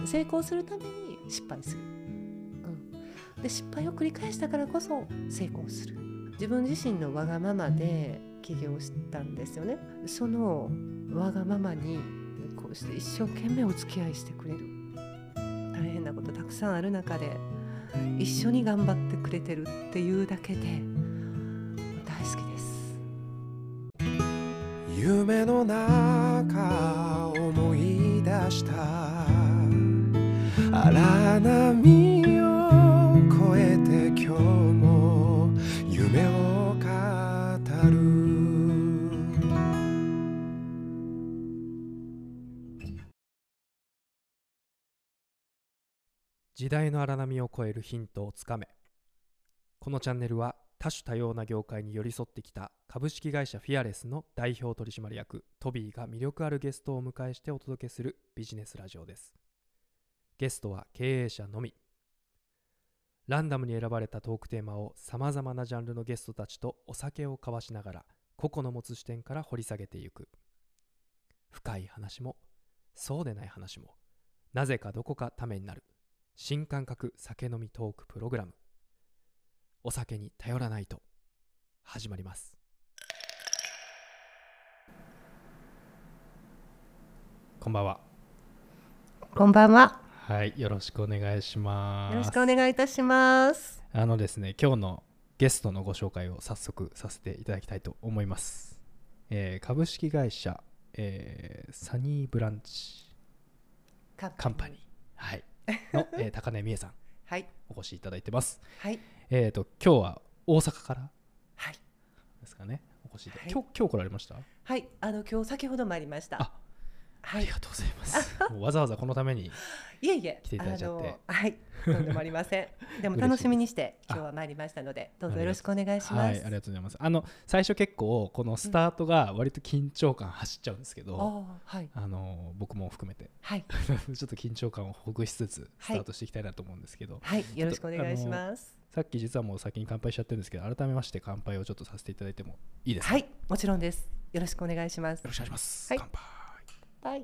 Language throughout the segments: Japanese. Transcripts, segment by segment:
成功するために失敗する、で失敗を繰り返したからこそ成功する。自分自身のわがままで起業したんですよね。そのわがままにこうして一生懸命お付き合いしてくれる、大変なことたくさんある中で一緒に頑張ってくれてるっていうだけで大好きです。 夢の中思い出した荒波を越えて今日も夢を語る。 時代の荒波を越えるヒントをつかめ。このチャンネルは多種多様な業界に寄り添ってきた株式会社フィアレスの代表取締役トビーが魅力あるゲストをお迎えしてお届けするビジネスラジオです。ゲストは経営者のみ。ランダムに選ばれたトークテーマをさまざまなジャンルのゲストたちとお酒を交わしながら個々の持つ視点から掘り下げていく。深い話もそうでない話もなぜかどこかためになる新感覚酒飲みトークプログラム、お酒に頼らないと、始まります。こんばんは。 こんばんは。 はい、よろしくお願いします。 よろしくお願いいたします。 ですね、今日のゲストのご紹介を早速させていただきたいと思います。株式会社、サニーブランチカンパニー、はい、の、高根美恵さん、 はい、 お越しいただいてます。 はい、 今日は大阪からはいですかね、お越しいただいて、 はい、 今日来られました？ はい、今日先ほど参りました。 ありがとうございます。もうわざわざこのために来ていただいちゃって、 はい、とんでもありません。でも楽しみにして今日は参りましたので、どうぞよろしくお願いします。 はい、ありがとうございます。最初結構このスタートが割と緊張感走っちゃうんですけど、 はい、 僕も含めて、 はい、 ちょっと緊張感をほぐしつつスタートしていきたいなと思うんですけど、 はい、よろしくお願いします。 さっき実はもう先に乾杯しちゃってるんですけど、改めまして乾杯をちょっとさせていただいてもいいですか？ はい、もちろんです。よろしくお願いします。 よろしくお願いします。 はい、 乾杯。 はい。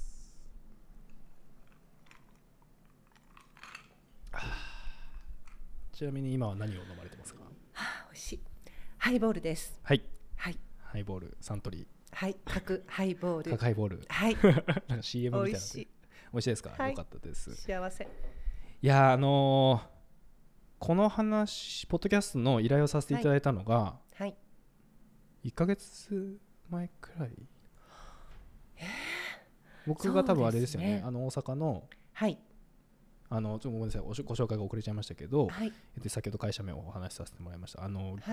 ちなみに今は何を飲まれてますか？ 美味しい。ハイボールです。 はい。 はい。 ハイボール、サントリー。 はい。角ハイボール。 角ハイボール。 はい。 なんか CM みたいな。 美味しい。 美味しいですか？ はい、 よかったです。 幸せ。 いやこの話、ポッドキャストの依頼をさせていただいたのが、 はい。 1ヶ月前くらい。僕が多分あれですよね。大阪の。 はい。 ちょっとごめんなさい、ご紹介が遅れちゃいましたけど、 はい、 で先ほど会社名をお話しさせてもらいました。 はい、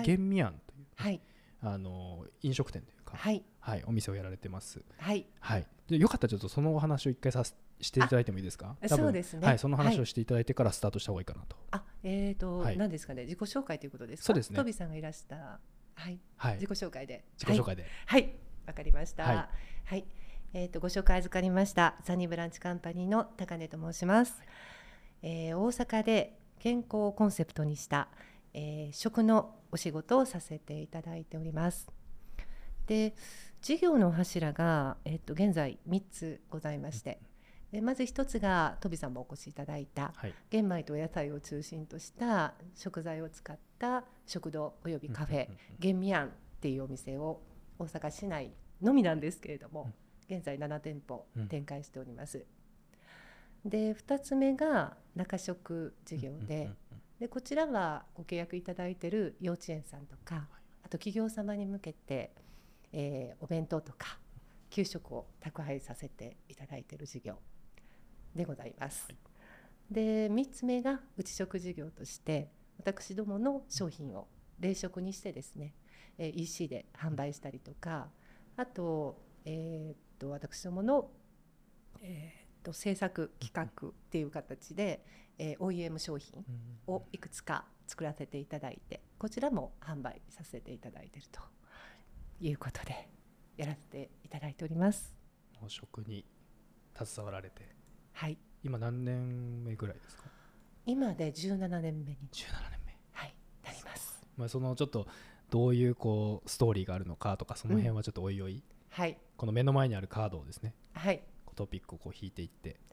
玄美庵という、 はい、 飲食店というか、 はいはい、お店をやられてます。 はい、 はい、でよかったらちょっとそのお話を一回していただいてもいいですか？ そうですね。 はい、その話をしていただいてからスタートした方がいいかなと。 はい、何ですかね、自己紹介ということですか？ そうですね。 トビさんがいらした、はい、はい、自己紹介で。 自己紹介で。 はい、わかりました。 はい、 はい、ご紹介預かりましたサニーブランチカンパニーの高根と申します。大阪で健康をコンセプトにした、食のお仕事をさせていただいております。で、事業の柱が、現在3つございまして、でまず1つがトビさんもお越しいただいた、はい、玄米と野菜を中心とした食材を使った食堂およびカフェ、玄美庵っていうお店を大阪市内のみなんですけれども、現在7店舗展開しております。で2つ目が中食事業で、こちらはご契約いただいている幼稚園さんとか、あと企業様に向けて、お弁当とか給食を宅配させていただいている事業でございます。はい、で3つ目が内食事業として私どもの商品を冷食にしてですね、EC で販売したりとか、あと、私どもの、制作企画っていう形で、OEM 商品をいくつか作らせていただいて、こちらも販売させていただいているということでやらせていただいております。 食に携わられて、 はい、 今何年目ぐらいですか？ 今で17年目に 17年目、 はい、なります。 そのちょっとどういうストーリーがあるのかとか、その辺はちょっとおいおい、 はい、 この目の前にあるカードをですね、 はい、 トピックを引いていって、 はい、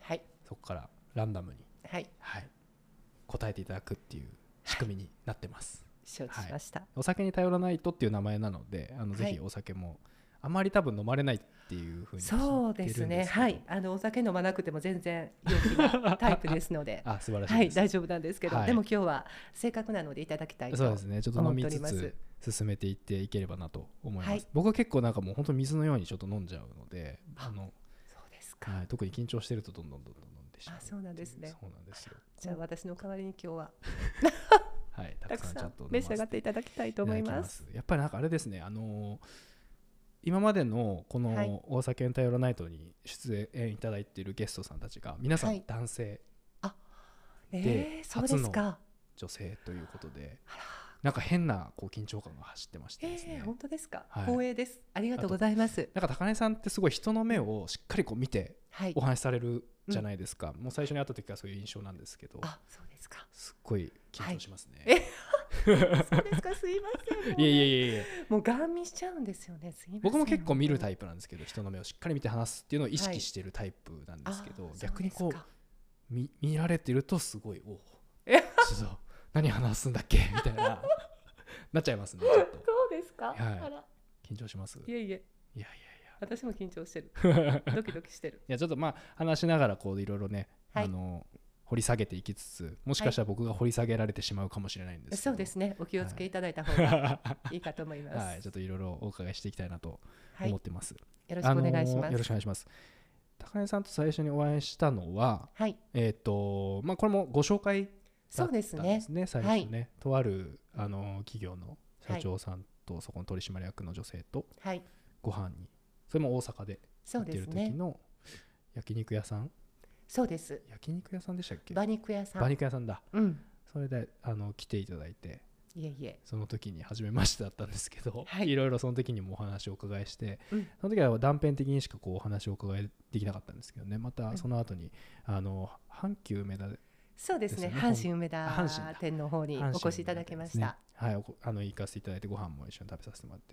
そこからランダムに、 はいはい、答えていただくっていう仕組みになってます。 承知しました、 お酒に頼らないとっていう名前なのでぜひお酒もあまり多分飲まれないっていうふうに聞いてるんですけど。 そうですね、はい、お酒飲まなくても全然陽気なタイプですのであ、素晴らしいです、 はい、大丈夫なんですけど、 はい、 でも今日はせっかくなのでいただきたいと思っております。 そうですね、ちょっと飲みつつ進めていっていければなと思います、 はい、 僕は結構なんかもう本当に水のようにちょっと飲んじゃうので、 そうですか、 はい、特に緊張してるとどんどん飲んでしまう。 そうなんですね。 そうなんですよ。 じゃあ私の代わりに今日ははい、 たくさん召し上がっていただきたいと思います。 やっぱりなんかあれですね、今までのこの大酒に頼らないとに出演いただいているゲストさんたちが皆さん男性で初の女性ということで、なんか変なこう緊張感が走ってましてですね。 本当ですか、 はい、 光栄です。ありがとうございます。 なんか高根さんってすごい人の目をしっかりこう見てお話しされるじゃないですか、もう最初に会った時からそういう印象なんですけど、 そうですか、 すっごい緊張しますね、 そうですか、すいません。 いやもうガン見しちゃうんですよね。すいません。 僕も結構見るタイプなんですけど、人の目をしっかり見て話すっていうのを意識してるタイプなんですけど、逆にこう見られてるとすごいちょっと何話すんだっけみたいななっちゃいますね、ちょっと。 そうですか、 緊張します。 いや私も緊張してるドキドキしてる。 いやちょっとまあ話しながらこういろいろね、掘り下げていきつつ、もしかしたら僕が掘り下げられてしまうかもしれないんですけど、 そうですね、お気をつけいただいた方がいいかと思います。 はい、ちょっといろいろお伺いしていきたいなと思ってます、 よろしくお願いします。 よろしくお願いします。高根さんと最初にお会いしたのは、これもご紹介だったんですね、最初ね、とある企業の社長さんとそこの取締役の女性とご飯に、それも大阪で行ってる時の焼肉屋さん。 そうです。 焼肉屋さんでしたっけ？ 馬肉屋さん。 馬肉屋さんだ。それで来ていただいて、その時に初めましてだったんですけど、いろいろその時にもお話をお伺いして、その時は断片的にしかこうお話をお伺いできなかったんですけどね、またその後に阪急梅田、 そうですね、阪神梅田店の方にお越しいただきました。 はい、行かせていただいてご飯も一緒に食べさせてもらって、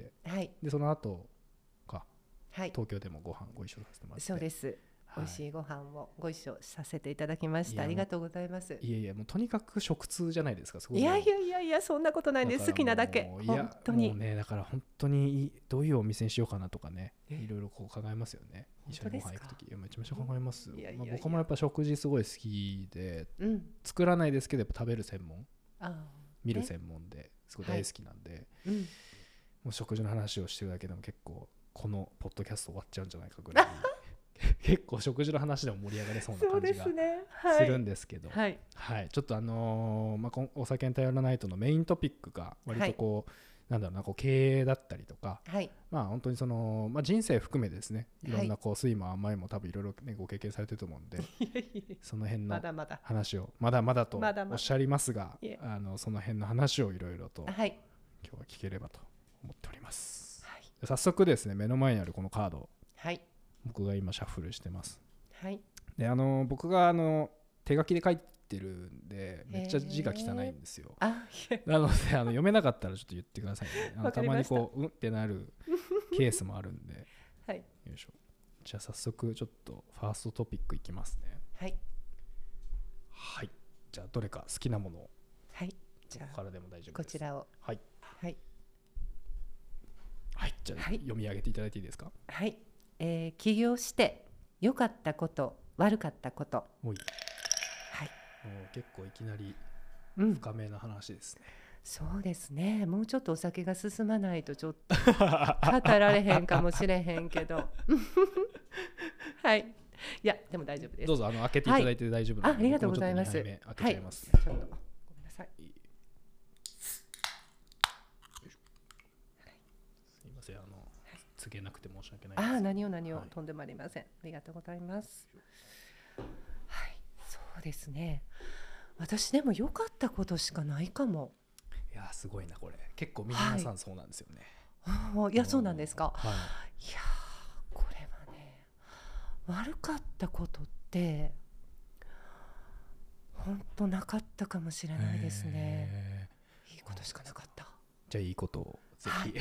でその後か、東京でもご飯ご一緒させてもらって。そうです、 美味しいご飯をご一緒させていただきました。ありがとうございます。 いやもうとにかく食通じゃないですか。 いやそんなことないです。好きなだけ。本当にもうね、だから本当にどういうお店にしようかなとかね、いろいろこう考えますよね。一緒にご飯行くとき、めちゃめちゃ考えます。僕もやっぱ食事すごい好きで、作らないですけどやっぱ食べる専門、見る専門ですごい大好きなんで、もう食事の話をしてるだけでも結構このポッドキャスト終わっちゃうんじゃないかぐらい結構食事の話でも盛り上がれそうな感じがするんですけど、ちょっとお酒に頼らないとのメイントピックが割とこう、なんだろうな、こう経営だったりとか、本当にその、人生含めですね、いろんなこう酸いも甘いも多分いろいろご経験されてると思うんで、その辺の話をまだまだとおっしゃりますが、その辺の話をいろいろと今日は聞ければと思っております。早速ですね、目の前にあるこのカード、僕が今シャッフルしてます。で僕が手書きで書いてるんでめっちゃ字が汚いんですよ。なので読めなかったらちょっと言ってくださいね。たまにこうってなるケースもあるんで、よいしょ。じゃあ早速ちょっとファーストトピックいきますね。はい、じゃあどれか好きなものを、じゃあここからでも大丈夫です。 こちらを、 じゃあ読み上げていただいていいですか？ 起業して良かったこと悪かったこと。 もう結構いきなり深めな話ですね。 そうですね、もうちょっとお酒が進まないとちょっと語られへんかもしれへんけどいやでも大丈夫です。 どうぞ開けていただいて大丈夫なので、 ありがとうございます。 開けちゃいます、 ちょっとごめんなさい。 すいません、告げなくて申し訳ないです。 何を、とんでもありません。ありがとうございます。そうですね、私でも良かったことしかないかも。 いやすごいな、これ結構皆さんそうなんですよね。 いやそうなんですか。いやこれはね、悪かったことって本当なかったかもしれないですね。いいことしかなかった。 じゃあいいことをぜひ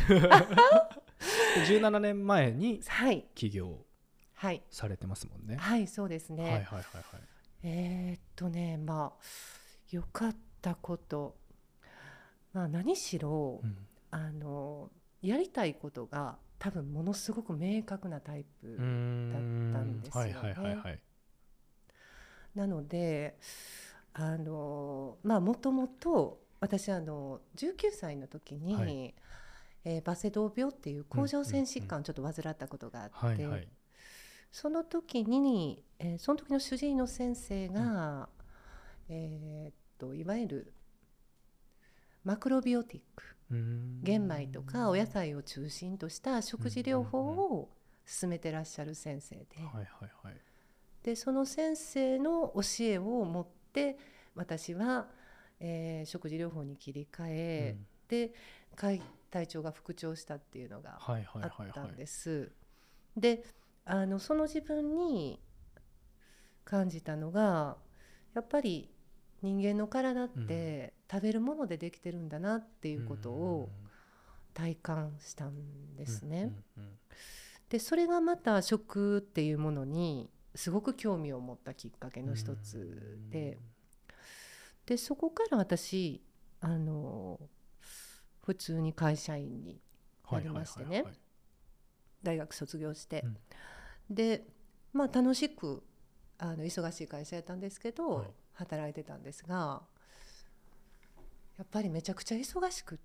17年前に起業されてますもんね。 そうですね。 まあ良かったこと、まあ、何しろ、 うんやりたいことが多分ものすごく明確なタイプだったんですよね。 はいはいはいはい。 なのでまあもともと私19歳の時に、 はいバセドウ病っていう甲状腺疾患をちょっと患ったことがあって、 はいはい。 その時に、その時の主治医の先生が、いわゆるマクロビオティック、玄米とかお野菜を中心とした食事療法を進めてらっしゃる先生で、 はいはいはい。 でその先生の教えを持って私は、食事療法に切り替え、で体調が復調したっていうのがあったんです。でその自分に感じたのがやっぱり人間の体って食べるものでできてるんだなっていうことを体感したんですね。でそれがまた食っていうものにすごく興味を持ったきっかけの一つで、そこから私普通に会社員になりましてね、大学卒業して、でまあ楽しく忙しい会社やったんですけど、働いてたんですが、やっぱりめちゃくちゃ忙しくって、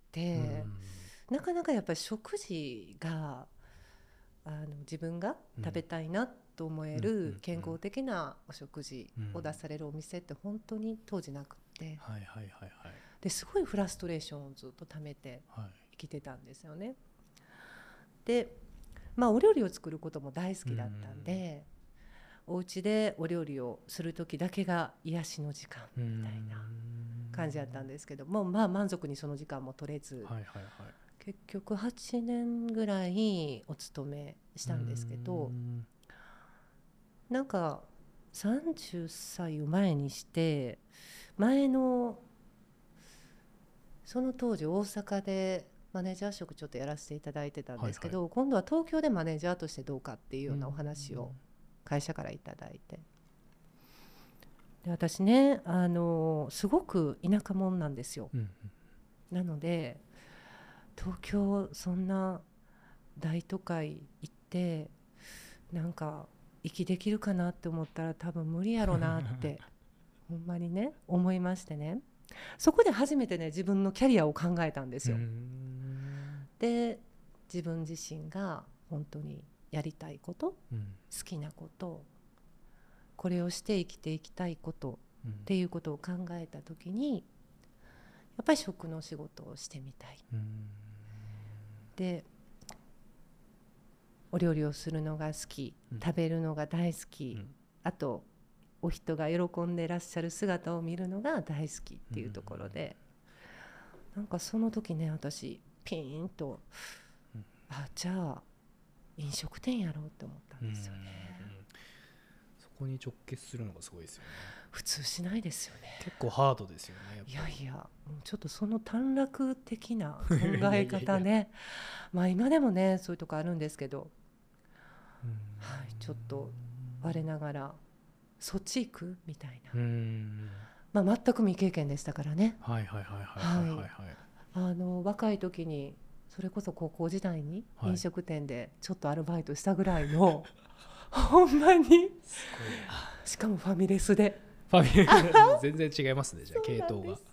なかなかやっぱり食事が自分が食べたいなと思える健康的なお食事を出されるお店って本当に当時なくって、ですごいフラストレーションをずっと溜めて生きてたんですよね。でまあお料理を作ることも大好きだったんで、お家でお料理をする時だけが癒しの時間みたいな感じだったんですけども、まあ満足にその時間も取れず、結局8年ぐらいお勤めしたんですけど、なんか30歳を前にして前のその当時大阪でマネージャー職ちょっとやらせていただいてたんですけど、今度は東京でマネージャーとしてどうかっていうようなお話を会社からいただいて、で私ねすごく田舎者なんですよ。なので東京そんな大都会行ってなんか息できるかなって思ったら多分無理やろなってほんまにね思いましてね、そこで初めてね自分のキャリアを考えたんですよ。で自分自身が本当にやりたいこと、好きなこと、これをして生きていきたいことっていうことを考えた時にやっぱり食の仕事をしてみたい、でお料理をするのが好き、食べるのが大好き、あとお人が喜んでいらっしゃる姿を見るのが大好きっていうところで、なんかその時ね私ピーンと、じゃあ飲食店やろうって思ったんですよね。 そこに直結するのがすごいですよね。 普通しないですよね。 結構ハードですよね。 いやいや、もうちょっとその短絡的な考え方ねまあ今でもねそういうとこあるんですけど、ちょっと我ながらそっち行くみたいな、まあ、全く未経験でしたからね。若い時にそれこそ高校時代に飲食店でちょっとアルバイトしたぐらいの、ほんまにしかもファミレスで全然違いますねじゃあ系統が。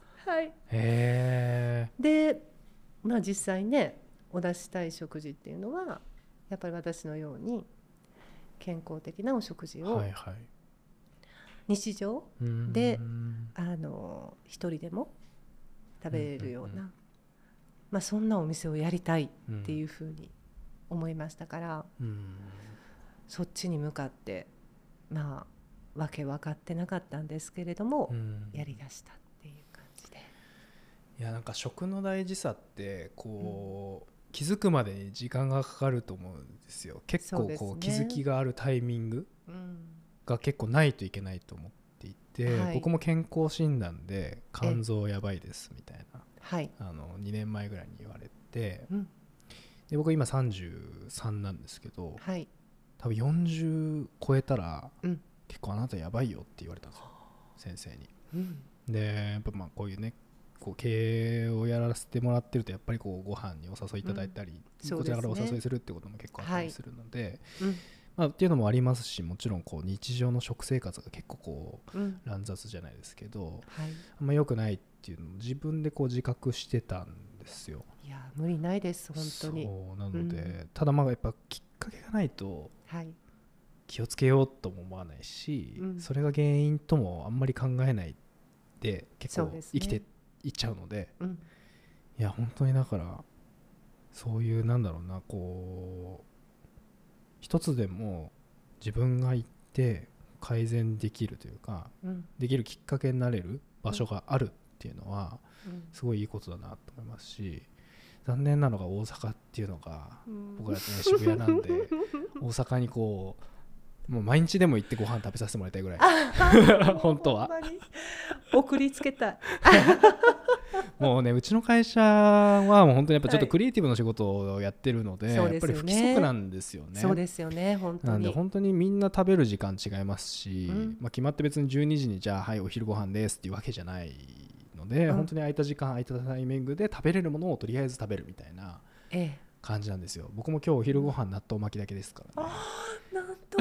で、まあ、実際ねお出ししたい食事っていうのはやっぱり私のように健康的なお食事を日常で一人でも食べれるような、まあ、そんなお店をやりたいっていうふうに思いましたから、そっちに向かってまあわけ分かってなかったんですけれども、やりだしたっていう感じで。 いやなんか食の大事さってこう、気づくまでに時間がかかると思うんですよ。結構こう気づきがあるタイミングが結構ないといけないと思っていて、僕も健康診断で肝臓やばいですみたいな、2年前ぐらいに言われて、で僕今33なんですけど、多分40超えたら、結構あなたやばいよって言われたんですよ。 先生に。 うんでやっぱまあこういうねこう経営をやらせてもらってるとやっぱりこうご飯にお誘いいただいたり、 そうですね、 こちらからお誘いするってことも結構あったりするので、 うんまあ、っていうのもありますし、もちろんこう日常の食生活が結構こううん乱雑じゃないですけど、 はい、 あんま良くないっていうのを自分でこう自覚してたんですよ。 いや無理ないです本当に。 そうなので、ただまあやっぱきっかけがないとはい気をつけようとも思わないし、それが原因ともあんまり考えないで結構生きていっちゃうので、いや本当にだからそういうなんだろうな、こう一つでも自分が行って改善できるというか、できるきっかけになれる場所があるっていうのはすごいいいことだなと思いますし、残念なのが大阪っていうのが、僕らね渋谷なんで大阪にこうもう毎日でも行ってご飯食べさせてもらいたいぐらい本当は送りつけたいもうねうちの会社はもう本当にやっぱちょっとクリエイティブの仕事をやってるので、やっぱり不規則なんですよね。 そうですよね本当に。 なんで本当にみんな食べる時間違いますし、まあ、決まって別に12時にじゃあはいお昼ご飯ですっていうわけじゃないので、本当に空いた時間空いたタイミングで食べれるものをとりあえず食べるみたいな感じなんですよ。僕も今日お昼ご飯納豆巻きだけですからね。 なんと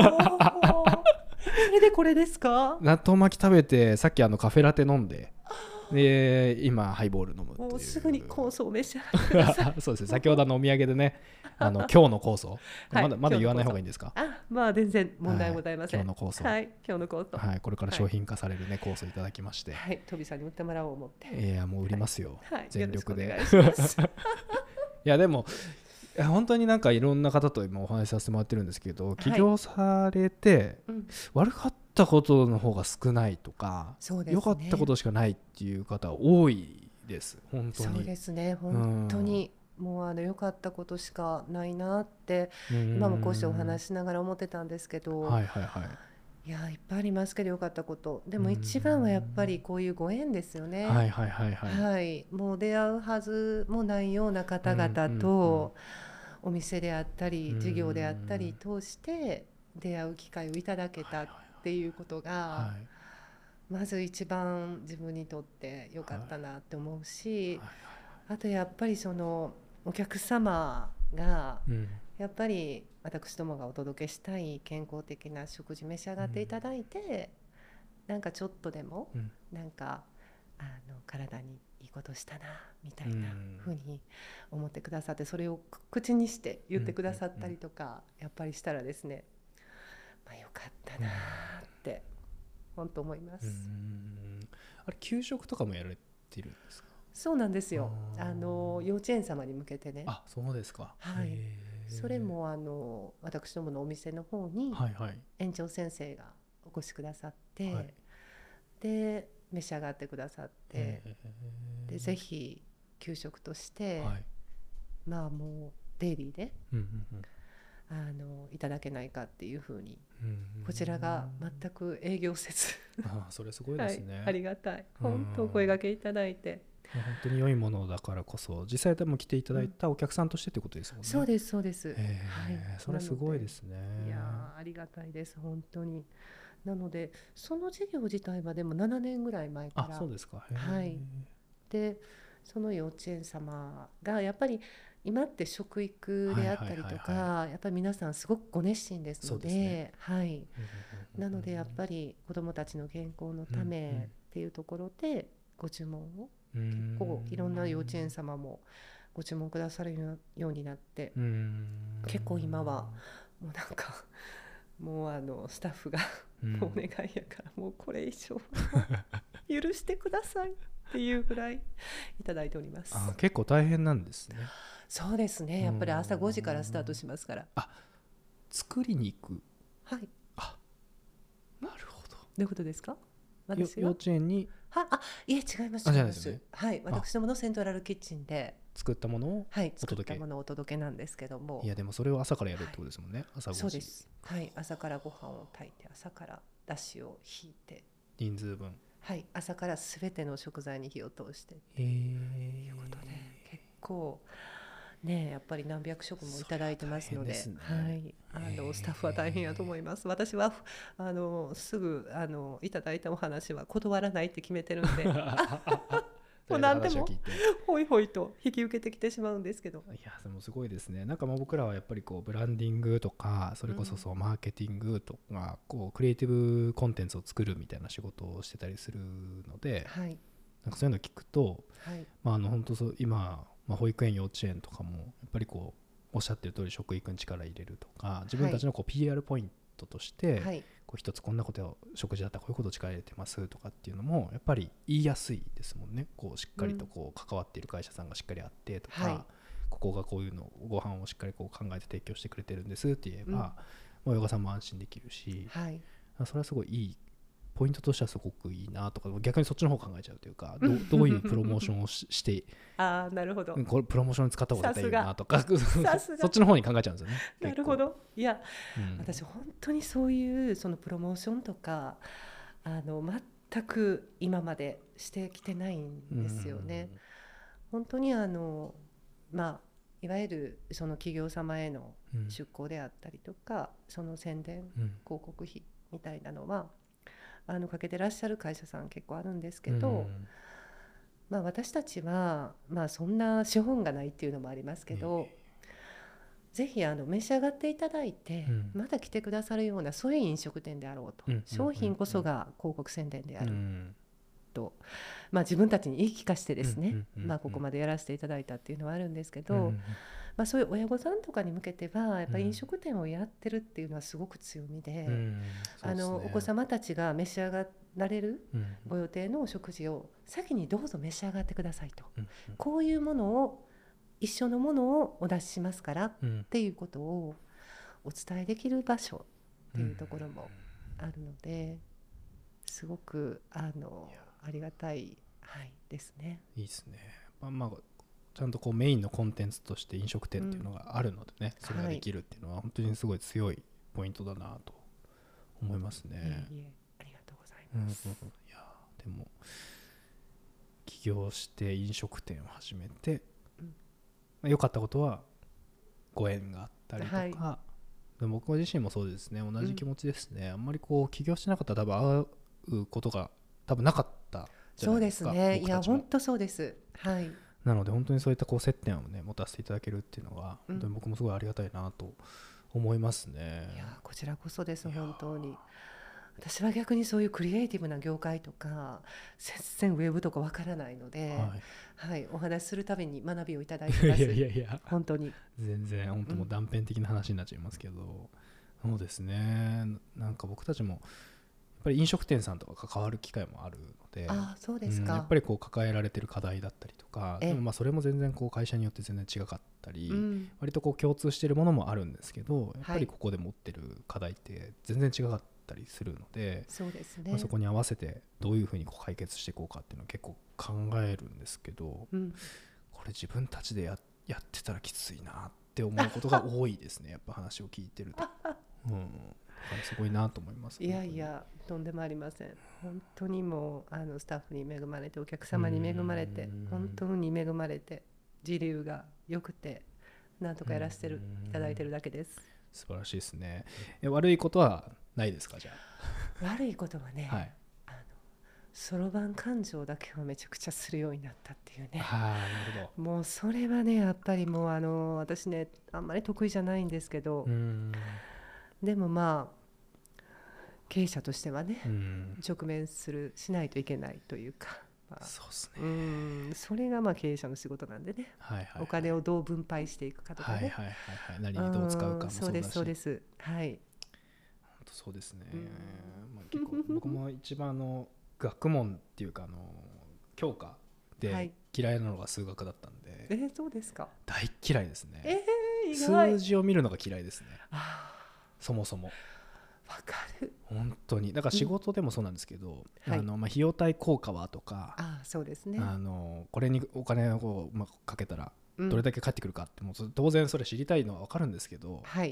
それでこれですか？ 納豆巻き食べてさっきカフェラテ飲んで、で今ハイボール飲むっていう。 もうすぐに酵素を召し上がってくださいそうですね、先ほどお土産でね今日の酵素、はい、まだ言わない方がいいんですか？ まあ全然問題ございません、 今日の酵素、 はい、今日の酵素、 はい、これから商品化されるね、酵素いただきまして、 はい、トビさんに売ってもらおう思って、 いやもう売りますよ、 はい、 全力で。 よろしくお願いしますいやでも本当になんかいろんな方と今お話しさせてもらってるんですけど、起業されて悪かったことの方が少ないとか、良かったことしかないっていう方多いです本当に。 そうですね本当に、もう良かったことしかないなって今もこうしてお話しながら思ってたんですけど、 はいはいはい、 いやいっぱいありますけど良かったこと、でも一番はやっぱりこういうご縁ですよね。 はいはいはいはい、 はい、もう出会うはずもないような方々とお店であったり事業であったり通して出会う機会をいただけたっていうことがまず一番自分にとって良かったなって思うし、あとやっぱりそのお客様がやっぱり私どもがお届けしたい健康的な食事召し上がっていただいて、なんかちょっとでもなんか体にいいことしたなみたいな風に思ってくださって、それを口にして言ってくださったりとかやっぱりしたらですね、まあよかったなって本当思います。 あれ給食とかもやられてるんですか？ そうなんですよ。幼稚園様に向けてね。 あ、そうですか。 はい。それも私どものお店の方に園長先生がお越しくださって、で召し上がってくださって、でぜひ給食として、まあもうデイリーで、いただけないかっていうふうに、こちらが全く営業せずそれすごいですね、 ありがたい、本当お声掛けいただいて、 本当に良いものだからこそ実際でも来ていただいたお客さんとしてということですもんね。 そうですそうです、 それすごいですね。 いやありがたいです本当に。なのでその事業自体はでも7年ぐらい前から。 そうですか。 はい。でその幼稚園様がやっぱり今って食育であったりとか、やっぱり皆さんすごくご熱心ですので、はい。なのでやっぱり子どもたちの健康のためっていうところでご注文を結構いろんな幼稚園様もご注文くださるようになって、結構今はもうなんかもうスタッフがお願いやからもうこれ以上許してくださいっていうぐらいいただいております。 結構大変なんですね。 そうですね、やっぱり朝5時からスタートしますから。 作りに行く。 はい。 なるほど。 どういうことですか？ 幼稚園に。 いえ違います。 じゃないですね。 はい、私どものセントラルキッチンで作ったものを作ったものをお届けなんですけども、 いやでもそれを朝からやるってことですもんね。朝5時。 そうです。はい、朝からご飯を炊いて朝からだしを引いて人数分。 はい、朝からすべての食材に火を通してということで、結構ね、やっぱり何百食もいただいてますので、 それは大変ですねスタッフは大変やと思います。私はすぐいただいたお話は断らないって決めてるんでもう何でもホイホイと引き受けてきてしまうんですけど、 いやでもすごいですね。なんかもう僕らはやっぱりこうブランディングとかそれこそそうマーケティングとかこうクリエイティブコンテンツを作るみたいな仕事をしてたりするので、 はい、 なんかそういうの聞くと、 はい、 本当そう今、保育園幼稚園とかもやっぱりこうおっしゃってる通り食育に力入れるとか自分たちのこう PR ポイントとしてはい、 こう一つこんなことを食事だったらこういうことを力入れてますとかっていうのもやっぱり言いやすいですもんね。こうしっかりとこう関わっている会社さんがしっかりあってとか、 はい、 ここがこういうのご飯をしっかりこう考えて提供してくれてるんですって言えば、親御さんも安心できるし、 はい、 それはすごいいいポイントとしてはすごくいいなとか、逆にそっちの方考えちゃうというか、どういうプロモーションをしてああなるほど、 これプロモーションに使った方が絶対いいなとかさすがそっちの方に考えちゃうんですよね。 なるほど。いや、 うん、 私本当にそういうそのプロモーションとか全く今までしてきてないんですよね。本当にいわゆるその企業様への出向であったりとか、その宣伝、広告費みたいなのはかけてらっしゃる会社さん結構あるんですけど、私たちは、そんな資本がないっていうのもありますけど、ぜひ召し上がっていただいて、また来てくださるようなそういう飲食店であろうと、商品こそが広告宣伝であると、自分たちに言い聞かせてですね、ここまでやらせていただいたっていうのはあるんですけど、そういう親御さんとかに向けてはやっぱり飲食店をやってるっていうのはすごく強みで、お子様たちが召し上がられるご予定のお食事を先にどうぞ召し上がってくださいと、こういうものを一緒のものをお出ししますからっていうことをお伝えできる場所っていうところもあるので、すごくありがたい、ですね。 いいですね。ちゃんとこうメインのコンテンツとして飲食店っていうのがあるのでね、それができるっていうのは本当にすごい強いポイントだなと思いますね。 ありがとうございます。 いやでも起業して飲食店を始めて、良かったことはご縁があったりとか、でも僕自身もそうですね、同じ気持ちですね。あんまりこう起業してなかったら多分会うことが多分なかったじゃないですか。 そうですね。いや本当そうです。 なので本当にそういったこう接点をね持たせていただけるっていうのが、本当に僕もすごいありがたいなと思いますね。 いやこちらこそです。本当に私は逆にそういうクリエイティブな業界とか全然ウェブとかわからないので、お話しするたびに学びをいただいてます。いや本当に全然本当もう断片的な話になっちゃいますけど、そうですね。なんか僕たちもやっぱり飲食店さんとか関わる機会もあるので、 そうですか。 やっぱりこう抱えられてる課題だったりとか、でもそれも全然こう会社によって全然違かったり、割とこう共通しているものもあるんですけど、やっぱりここで持ってる課題って全然違かったりするので、 そうですね。 そこに合わせてどういうふうにこう解決していこうかっていうのを結構考えるんですけど、これ自分たちでやってたらきついなって思うことが多いですね。やっぱ話を聞いてると、すごいなと思います。 いやいやとんでもありません。本当にもうスタッフに恵まれて、お客様に恵まれて、本当に恵まれて、時流が良くてなんとかやらせていただいてるだけです。 素晴らしいですね。悪いことはないですか？じゃあ悪いことはね、そろばん勘定だけはめちゃくちゃするようになったっていうね。 なるほど。 もうそれはねやっぱりもう私ねあんまり得意じゃないんですけど、でも経営者としてはね、直面しないといけないというか、 そうですね。 それが経営者の仕事なんでね、お金をどう分配していくかとかね、 何にどう使うかもそうだし、 そうです。 本当そうですね。結構僕も一番学問っていうか教科で嫌いなのが数学だったんで、 そうですか。 大嫌いですね。 意外。 数字を見るのが嫌いですね。そもそも。 わかる。 本当にだから仕事でもそうなんですけど、費用対効果はとか、 そうですね。 これにお金をかけたらどれだけ返ってくるかってもう当然それ知りたいのは分かるんですけど、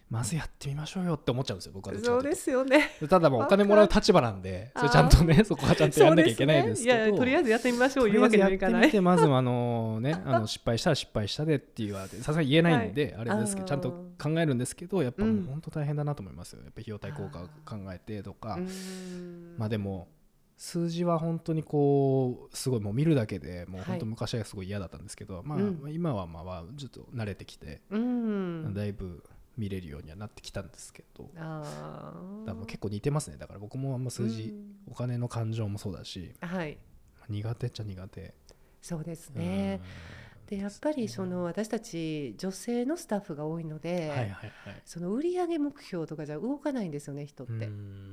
まずやってみましょうよって思っちゃうんですよ、僕は。 そうですよね。 ただお金もらう立場なんで、それちゃんとね、そこはちゃんとやんなきゃいけないですけど、 いやとりあえずやってみましょういうわけにはいかない。 とりあえずやってみて、まず失敗したら失敗したでっていうさすがに言えないんで、あれですけど、ちゃんと考えるんですけど、やっぱもう本当大変だなと思いますよ。やっぱ費用対効果を考えてとか。まあでも数字は本当にすごいもう見るだけでもう本当昔はすごい嫌だったんですけど、今はちょっと慣れてきて、だいぶ見れるようにはなってきたんですけど、だから結構似てますね。だから僕もあんま数字、お金の感情もそうだし、苦手っちゃ苦手。 そうですね。でやっぱり私たち女性のスタッフが多いので、その売上目標とかじゃ動かないんですよね、人って。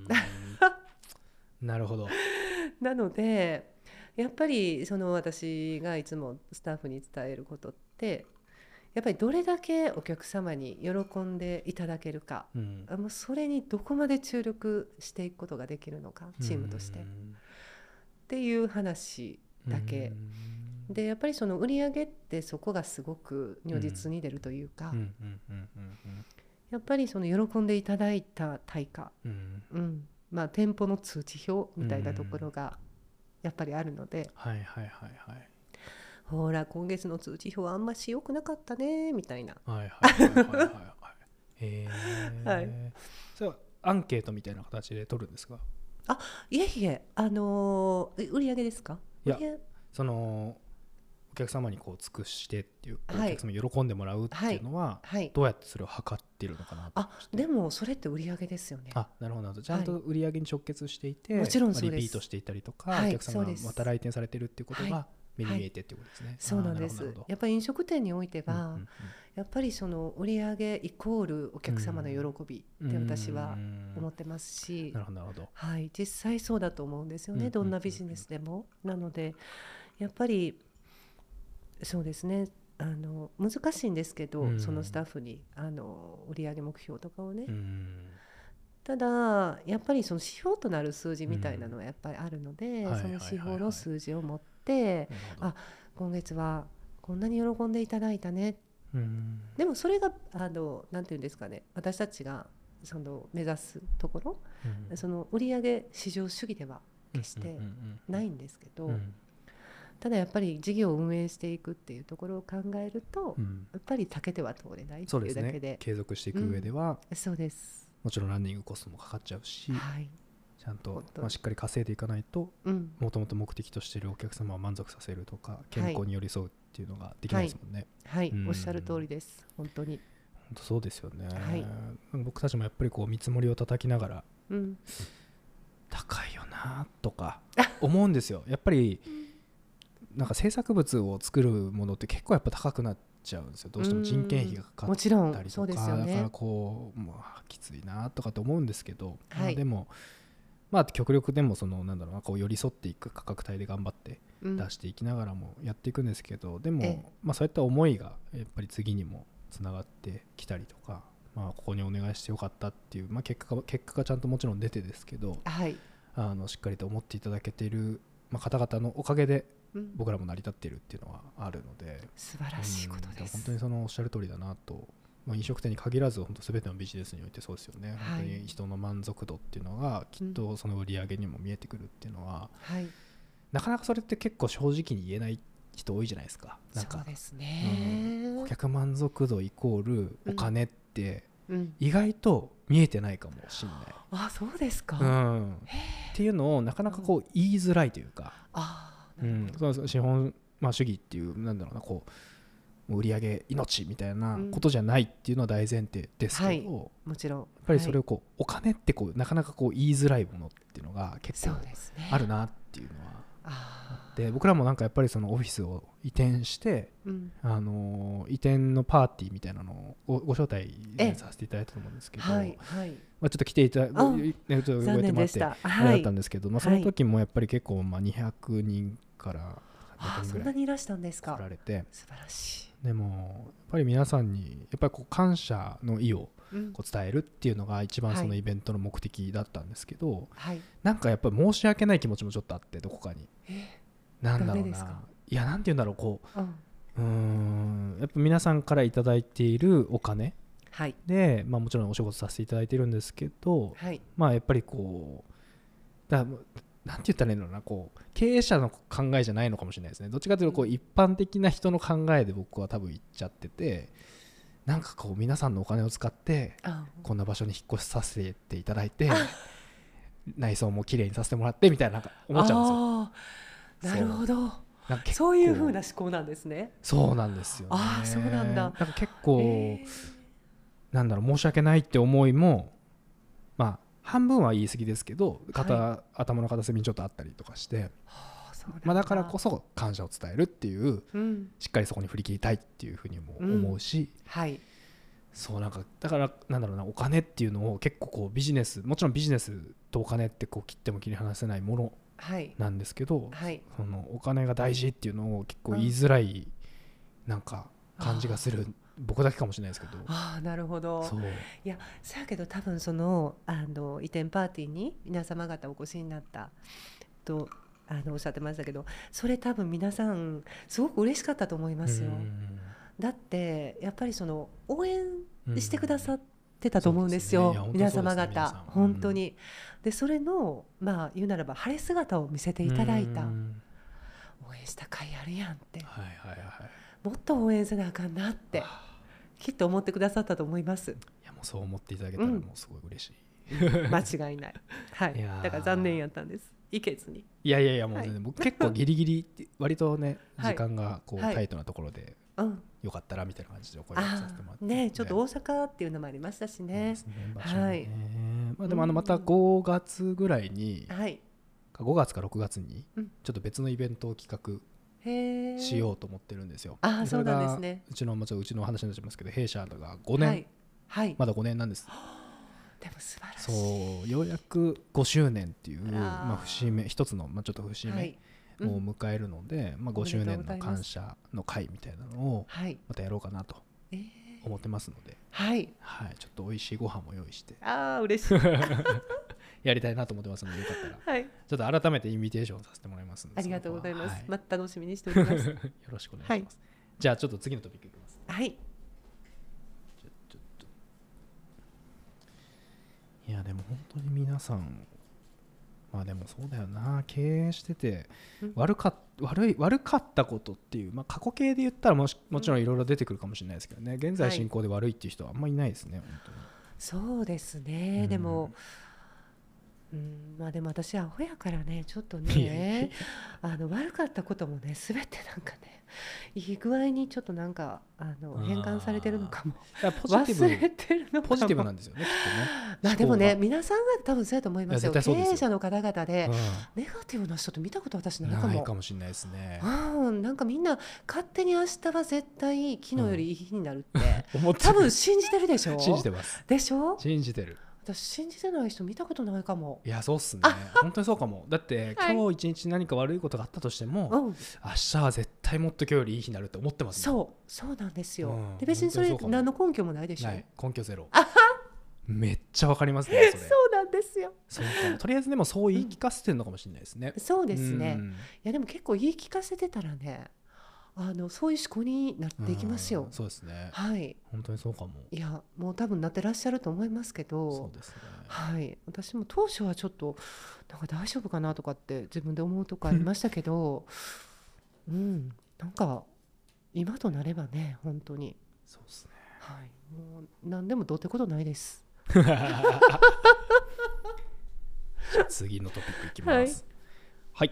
なるほど。 なのでやっぱり私がいつもスタッフに伝えることって、やっぱりどれだけお客様に喜んでいただけるか、もうそれにどこまで注力していくことができるのか、チームとしてっていう話だけで、やっぱり売り上げってそこがすごく如実に出るというか、やっぱり喜んでいただいた対価、店舗の通知表みたいなところがやっぱりあるので、ほら今月の通知表あんまし良くなかったねみたいな。 それはアンケートみたいな形で取るんですか？ いえいえ、売り上げですか？ いや、お客様に尽くしてっていう、お客様に喜んでもらうっていうのは、どうやってそれを測っているのかなと。 でもそれって売り上げですよね。 なるほど。ちゃんと売り上げに直結していて、 もちろんそうです。 リピートしていたりとか、お客様がまた来店されてるっていうことが目に見えてっていうことですね。 そうなんです。やっぱり飲食店においては、やっぱり売り上げイコールお客様の喜びって私は思ってますし、 なるほど。 実際そうだと思うんですよね、どんなビジネスでも。なのでやっぱりそうですね、難しいんですけど、そのスタッフに売上目標とかをね、ただやっぱりその指標となる数字みたいなのはやっぱりあるので、その指標の数字を持って、今月はこんなに喜んでいただいたね、でもそれがなんていうんですかね、私たちが目指すところ、その売上至上主義では決してないんですけど、ただやっぱり事業を運営していくっていうところを考えると、やっぱり避けては通れないっていうだけで、 継続していく上では、 そうです。 もちろんランニングコストもかかっちゃうし、ちゃんとしっかり稼いでいかないと、もともと目的としているお客様を満足させるとか、健康に寄り添うっていうのができないですもんね。 おっしゃる通りです。本当にそうですよね。僕たちもやっぱり見積もりを叩きながら、高いよなとか思うんですよ。やっぱりなんか制作物を作るものって結構やっぱ高くなっちゃうんですよ。どうしても人件費がかかったりとか、だからきついなとかと思うんですけど、でも極力でも寄り添っていく価格帯で頑張って出していきながらもやっていくんですけど、でもそういった思いがやっぱり次にもつながってきたりとか、ここにお願いしてよかったっていう、結果がちゃんともちろん出てですけど、しっかりと思っていただけている方々のおかげで僕らも成り立っているっていうのはあるので、 素晴らしいことです。 本当におっしゃる通りだなと。飲食店に限らず本当全てのビジネスにおいてそうですよね。本当に人の満足度っていうのがきっとその売り上げにも見えてくるっていうのは、なかなかそれって結構正直に言えない人多いじゃないですか。 そうですね。 顧客満足度イコールお金って意外と見えてないかもしれない。 そうですか。 っていうのをなかなか言いづらいというか、資本主義っていう売り上げ命みたいなことじゃないっていうのは大前提ですけど、 もちろんやっぱりそれをお金ってなかなか言いづらいものっていうのが結構あるなっていうのはあって、僕らもやっぱりそのオフィスを移転して、移転のパーティーみたいなのをご招待させていただいたと思うんですけど、ちょっと来ていただいてもらってあれだったんですけど、その時もやっぱり結構200人から300人ぐらいそんなにいらしたんですか。 来られて、 素晴らしい。 でもやっぱり皆さんにやっぱり感謝の意を伝えるっていうのが一番そのイベントの目的だったんですけど、なんかやっぱり申し訳ない気持ちもちょっとあって、どこかになんだろうな、いやなんて言うんだろう、やっぱ皆さんからいただいているお金はいで、もちろんお仕事させていただいてるんですけど、 はいやっぱりこうなんて言ったらいいのかな、こう経営者の考えじゃないのかもしれないですね。どっちかというとこう一般的な人の考えで僕は多分言っちゃってて、なんかこう皆さんのお金を使ってこんな場所に引っ越しさせていただいて内装も綺麗にさせてもらってみたいな、なんか思っちゃうんですよ。 なるほど。 なんかそういう風な思考なんですね。 そうなんですよね。 そうなんだ。 なんか結構、なんだろう、申し訳ないって思いも半分は言い過ぎですけど、頭の片隅にちょっとあったりとかして、だからこそ感謝を伝えるっていう、しっかりそこに振り切りたいっていうふうにも思うし、そうなんかだからなんだろうな、お金っていうのを結構こうビジネス、もちろんビジネスとお金ってこう切っても切り離せないものなんですけど、そのお金が大事っていうのを結構言いづらいなんか感じがする、僕だけかもしれないですけど。 なるほど。いや、そやけど多分その移転パーティーに皆様方お越しになったとおっしゃってましたけど、それ多分皆さんすごく嬉しかったと思いますよ。だってやっぱりその応援してくださってたと思うんですよ、皆様方本当に。でそれの言うならば晴れ姿を見せていただいた、応援した甲斐あるやんって、もっと応援せなあかんなってきっと思ってくださったと思います。いや、もうそう思っていただけたらもうすごい嬉しい、 間違いない。だから残念やったんです、行けずに。 いやもう全然、僕結構ギリギリ割とね時間がこうタイトなところでよかったらみたいな感じでお声掛けさせてもらってね、 ちょっと大阪っていうのもありましたしね。 でもまた5月ぐらいに、5月か6月にちょっと別のイベントを企画しようと思ってるんですよ。 そうなんですね。 うちの話になっちゃいますけど、弊社が5年、まだ5年なんです。 でも素晴らしい。 そう、ようやく5周年っていう節目、一つのちょっと節目を迎えるので、5周年の感謝の会みたいなのをまたやろうかなと思ってますので、ちょっと美味しいご飯も用意して嬉しいやりたいなと思ってますので、よかったらちょっと改めてインビテーションさせてもらいますので。 ありがとうございます。楽しみにしております。よろしくお願いします。じゃあちょっと次のトピックいきます。いやでも本当に皆さん、でもそうだよな、経営してて悪かったことっていう、過去形で言ったらもちろんいろいろ出てくるかもしれないですけどね、現在進行で悪いっていう人はあんまりいないですね、本当に。 そうですね。でもでも私アホやからね、ちょっとね悪かったこともね全てなんかねいい具合にちょっとなんか変換されてるのかも、忘れてるのかも。 ポジティブなんですよね、きっとね。 でもね、皆さんが多分そうやと思いますよ。経営者の方々でネガティブな人って見たこと私ないかも。 ないかもしれないですね。 なんかみんな勝手に明日は絶対昨日よりいい日になるって多分信じてるでしょ。 信じてます。 でしょ。 信じてる。 私信じてない人見たことないかも。 いや、そうっすね。本当にそうかも。だって今日一日何か悪いことがあったとしても、明日は絶対もっと今日よりいい日になるって思ってますね。 そうなんですよ。で別にそれ何の根拠もないでしょ。ない、 根拠ゼロ。めっちゃわかりますね、それ。 そうなんですよ。 そうか、とりあえずでもそう言い聞かせてるのかもしれないですね。 そうですね。いやでも結構言い聞かせてたらね、そういう思考になっていきますよ。 そうですね。本当にそうかも。 いやもう多分なってらっしゃると思いますけど。 そうですね。 私も当初はちょっとなんか大丈夫かなとかって自分で思うとこありましたけどなんか今となればね、本当にそうですね。 もう何でもどうってことないです。 次のトピックいきます。はい。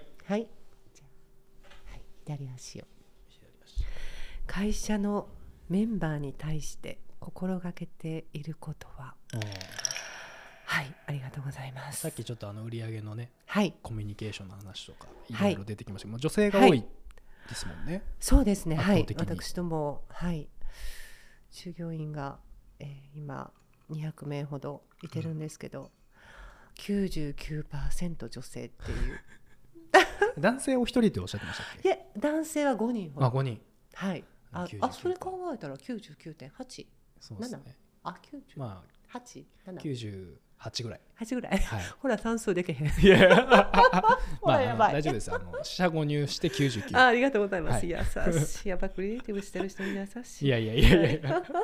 左足を。会社のメンバーに対して心がけていることは。ありがとうございます。 さっきちょっと売り上げのね、コミュニケーションの話とかいろいろ出てきましたけど、女性が多いですもんね。 そうですね。私ども従業員が、今200名ほどいてるんですけど、99% 女性っていう男性お一人っておっしゃってましたっけ？ いや、男性は5人ほど。 5人。 それ考えたら 99.8。 そうですね。98ぐらい。 8ぐらい。ほら算数できへん。 大丈夫です。四捨五入して99。 ありがとうございます。優しい。やっぱクリエイティブしてる人に優しい。 いや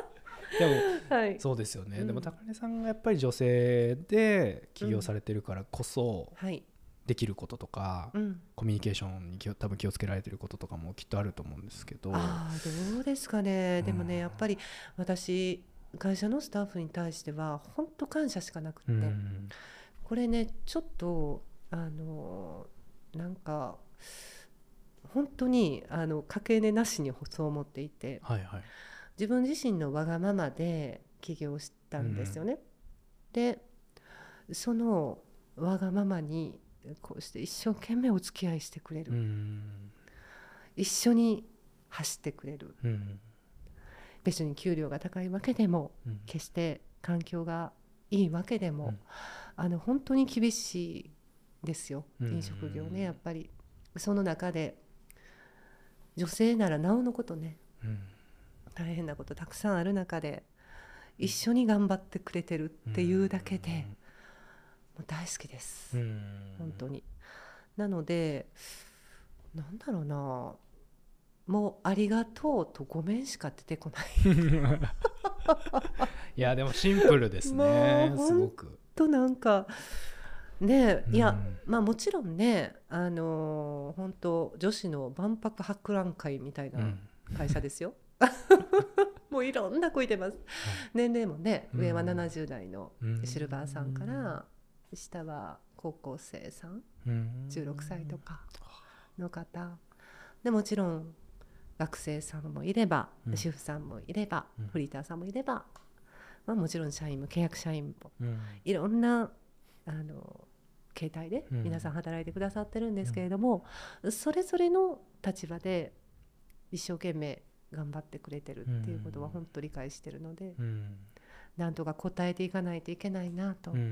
でもはい、 そうですよね、 うんでも高根さんがやっぱり女性で起業されてるからこそはい、 できることとか、 うん、 コミュニケーションに多分気をつけられてることとかもきっとあると思うんですけど。 ああどうですかね。でもね、 うんやっぱり私会社のスタッフに対しては本当感謝しかなくって、 うんこれねちょっとなんか本当にかけねなしにそう思っていて、 はいはい。 自分自身のわがままで起業したんですよね、でそのわがままにこうして一生懸命お付き合いしてくれる、一緒に走ってくれる、別に給料が高いわけでも、決して環境がいいわけでも、本当に厳しいですよ、飲食業ね。やっぱりその中で女性ならなおのことね、大変なことたくさんある中で一緒に頑張ってくれてるっていうだけでもう大好きです、本当に。なのでなんだろうな、もうありがとうとごめんしか出てこないいやでもシンプルですねもうすごく。 となんかね、いや、まあもちろんね、本当女子の万博博覧会みたいな会社ですよ、もういろんな子いてます、年齢もね、上は70代のシルバーさんから下は高校生さん、16歳とかの方で、もちろん学生さんもいれば、主婦さんもいれば、フリーターさんもいれば、まあ、もちろん社員も契約社員も、いろんな形態で皆さん働いてくださってるんですけれども、それぞれの立場で一生懸命頑張ってくれてるっていうことは本当理解してるので、なんとか応えていかないといけないなと、はい、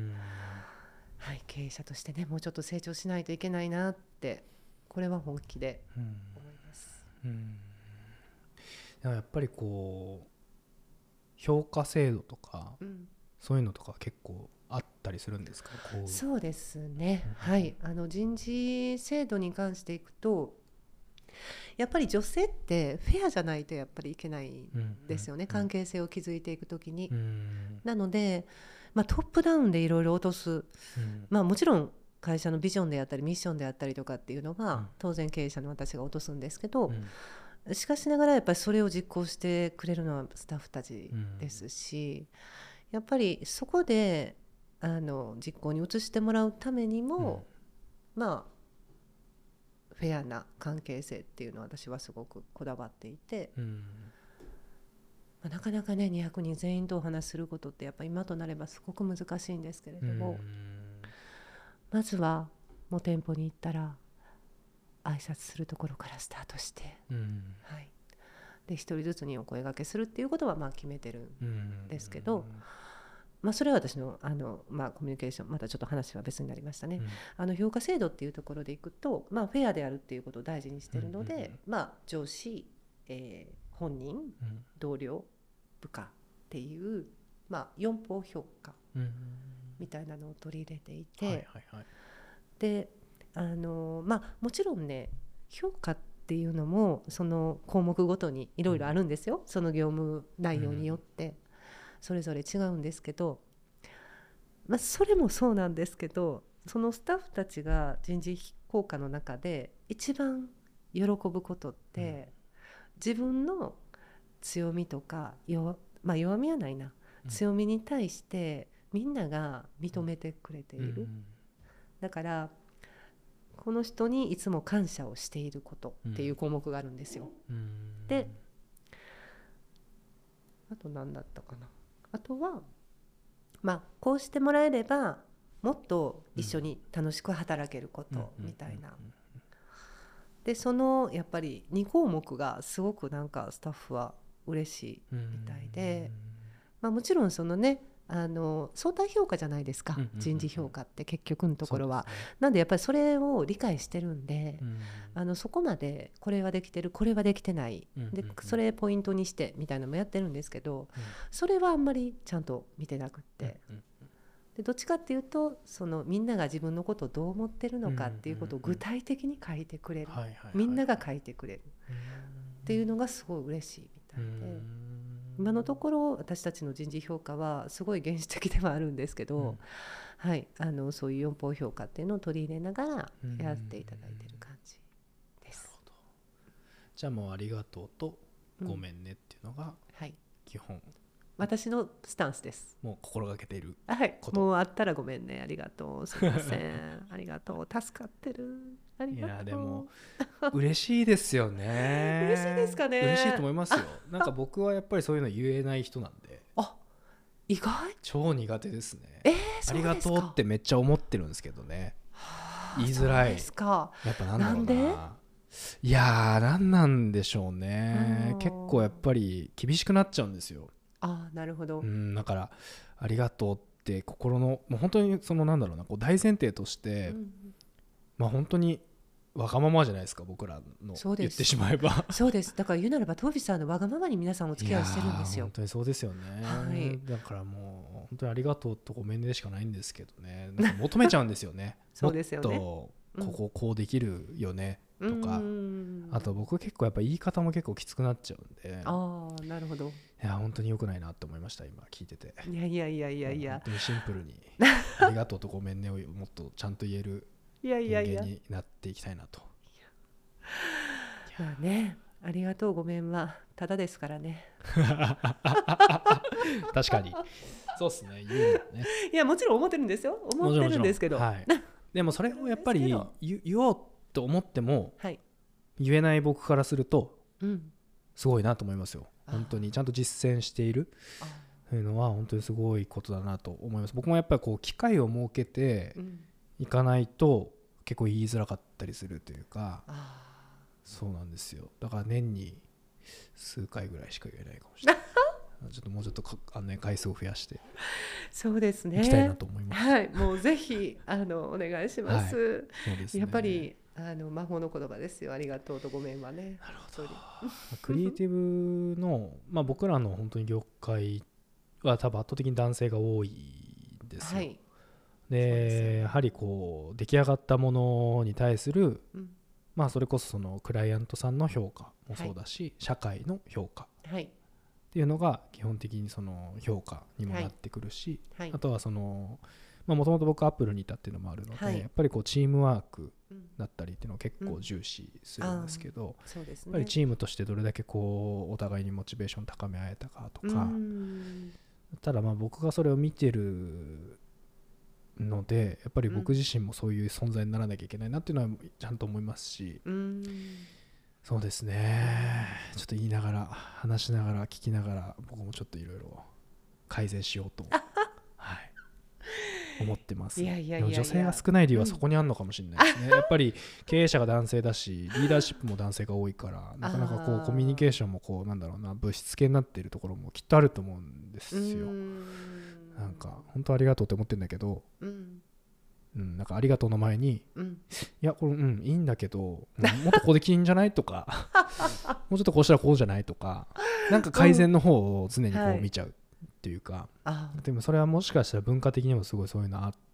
経営者としてね、もうちょっと成長しないといけないなって、これは本気で思います。 でもやっぱりこう評価制度とか、そういうのとか結構あったりするんですか？ そうですね、はい、人事制度に関していくと、やっぱり女性ってフェアじゃないとやっぱりいけないんですよね、関係性を築いていくときに、なので、まあ、トップダウンでいろいろ落とす、まあ、もちろん会社のビジョンであったりミッションであったりとかっていうのが、当然経営者の私が落とすんですけど、しかしながらやっぱりそれを実行してくれるのはスタッフたちですし、やっぱりそこで実行に移してもらうためにも、まあフェアな関係性っていうのは私はすごくこだわっていて、まあ、なかなかね200人全員とお話しすることってやっぱ今となればすごく難しいんですけれども、まずはもう店舗に行ったら挨拶するところからスタートして、はい、で一人ずつにお声掛けするっていうことはまあ決めてるんですけど、まあ、それは私のまあ、コミュニケーション、またちょっと話は別になりましたね、評価制度っていうところでいくと、まあ、フェアであるっていうことを大事にしているので、まあ、上司、本人、同僚、部下っていう、まあ、4方評価みたいなのを取り入れていて、でまあ、もちろんね評価っていうのもその項目ごとにいろいろあるんですよ、その業務内容によってそれぞれ違うんですけど、まあ、それもそうなんですけど、そのスタッフたちが人事効果の中で一番喜ぶことって、自分の強みとかまあ、弱みはないな、強みに対してみんなが認めてくれている、だからこの人にいつも感謝をしていることっていう項目があるんですよ、であと何だったかな、あとはまあこうしてもらえればもっと一緒に楽しく働けることみたいな、でそのやっぱり2項目がすごくなんかスタッフは嬉しいみたいで、まあ、もちろんそのね相対評価じゃないですか、人事評価って結局のところは、なんでやっぱりそれを理解してるんで、そこまでこれはできてるこれはできてない、でそれポイントにしてみたいなのもやってるんですけど、それはあんまりちゃんと見てなくって、でどっちかっていうとそのみんなが自分のことをどう思ってるのかっていうことを具体的に書いてくれる、みんなが書いてくれるっていうのがすごい嬉しいみたいで、 今のところ私たちの人事評価はすごい原始的ではあるんですけど、はい、そういう4項評価っていうのを取り入れながらやっていただいている感じです。 なるほど。じゃあもうありがとうとごめんねっていうのがはい、 基本、 私のスタンスです。 もう心がけているはい、 こと。 もうあったらごめんね、ありがとう、すいませんありがとう、助かってる、ありいがとう。 やでも嬉しいですよね。 嬉しいですかね。 嬉しいと思いますよ。なんか僕はやっぱりそういうの言えない人なんで、 あ、意外。 超苦手ですね。あそうりがとうですか。 ってめっちゃ思ってるんですけどね。 はあ、 言いづらい。 そうですか。 やっぱなんだろうなんで？ な。いやーなんなんでしょうね。 うん、 結構やっぱり厳しくなっちゃうんですよ。 あ、なるほど。 だからありがとうって心のもう本当にそのなんだろうな、こう大前提として、まあ本当にわがままじゃないですか、僕らの言ってしまえば。 そうです。だから言うならばトービさんのわがままに皆さんお付き合いしてるんですよ。 本当にそうですよね、 はい、 だからもう本当にありがとうとごめんねでしかないんですけどね、なんか求めちゃうんですよねそうですよね。 もっとこうできるよねとか、あと僕結構やっぱ言い方も結構きつくなっちゃうんで、 ああ、なるほど。 いや本当に良くないなって思いました、今聞いてて。 いやいやいやいやいや、 本当にシンプルにありがとうとごめんねをもっとちゃんと言える人間になっていきたいなと。 まあね、ありがとうごめんはただですからね。 確かにそうですね、言うのね。 いやもちろん思ってるんですよ、思ってるんですけど、 はい、でもそれをやっぱり言おうと思っても、はい、言えない僕からすると、すごいなと思いますよ。本当にちゃんと実践しているというのは本当にすごいことだなと思います。僕もやっぱりこう機会を設けていかないと結構言いづらかったりするというか、そうなんですよ。だから年に数回ぐらいしか言えないかもしれないちょっともうちょっと回数を増やしてそうですね、 いきたいなと思います。 はい、もうぜひお願いします。 そうですね、 やっぱり魔法の言葉ですよ、ありがとうとごめんはね。 なるほど。クリエイティブの、僕らの本当に業界は多分圧倒的に男性が多いんですよ。はい、でやはりこう出来上がったものに対する、それこそそのクライアントさんの評価もそうだし、社会の評価っていうのが基本的にその評価にもなってくるし、あとはそのもともと僕アップルにいたっていうのもあるので、やっぱりこうチームワークだったりっていうのを結構重視するんですけど、やっぱりチームとしてどれだけこうお互いにモチベーション高め合えたかとか、ただ僕がそれを見てるのでやっぱり僕自身もそういう存在にならなきゃいけないなっていうのはちゃんと思いますし、そうですね、ちょっと言いながら話しながら聞きながら僕もちょっといろいろ改善しようと思ってます。でも女性が少ない理由はそこにあるのかもしれないですね、やっぱり経営者が男性だしリーダーシップも男性が多いからなかなかこうコミュニケーションもこうなんだろうな物質系になっているところもきっとあると思うんですよ。なんか本当ありがとうって思ってるんだけど、なんかありがとうの前に、いやこれいいんだけど、もっとこうできるんじゃないとかもうちょっとこうしたらこうじゃないとか、なんか改善の方を常にこう見ちゃうっていうか、でもそれはもしかしたら文化的にもすごいそういうのあって、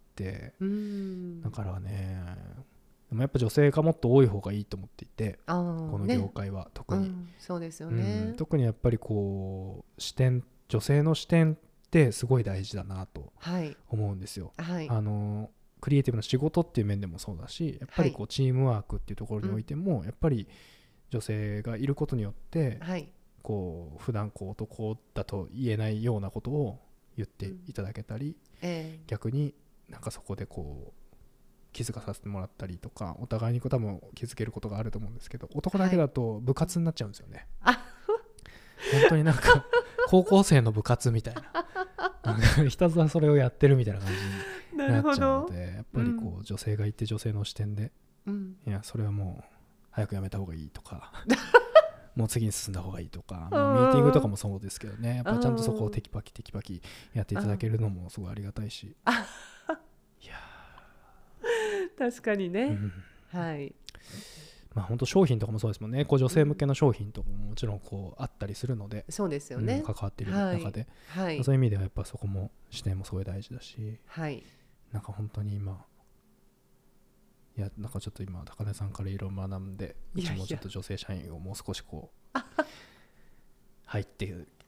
だからね、でもやっぱ女性がもっと多い方がいいと思っていて、この業界は特に、 そうですよね、 特にやっぱりこう視点、女性の視点ってすごい大事だなと思うんですよ。クリエイティブな仕事っていう面でもそうだし、やっぱりこうチームワークっていうところにおいても、やっぱり女性がいることによって、こう普段こう男だと言えないようなことを言っていただけたり、逆になんかそこでこう気づかさせてもらったりとか、お互いに多分気づけることがあると思うんですけど、男だけだと部活になっちゃうんですよね。本当になんか高校生の部活みたいなひたすらそれをやってるみたいな感じになっちゃうので、やっぱりこう女性がいて女性の視点で、いやそれはもう早くやめた方がいいとかもう次に進んだ方がいいとか、ミーティングとかもそうですけどね、やっぱちゃんとそこをテキパキやっていただけるのもすごいありがたいし、いや確かにね、はい、 本当商品とかもそうですもんね。こう女性向けの商品とかももちろんこうあったりするので、 そうですよね、 関わっている中で、そういう意味ではやっぱそこも視点もすごい大事だし、なんか本当に今いやなんかちょっと今高根さんからいろいろ学んで、うちもちょっと女性社員をもう少しこう入って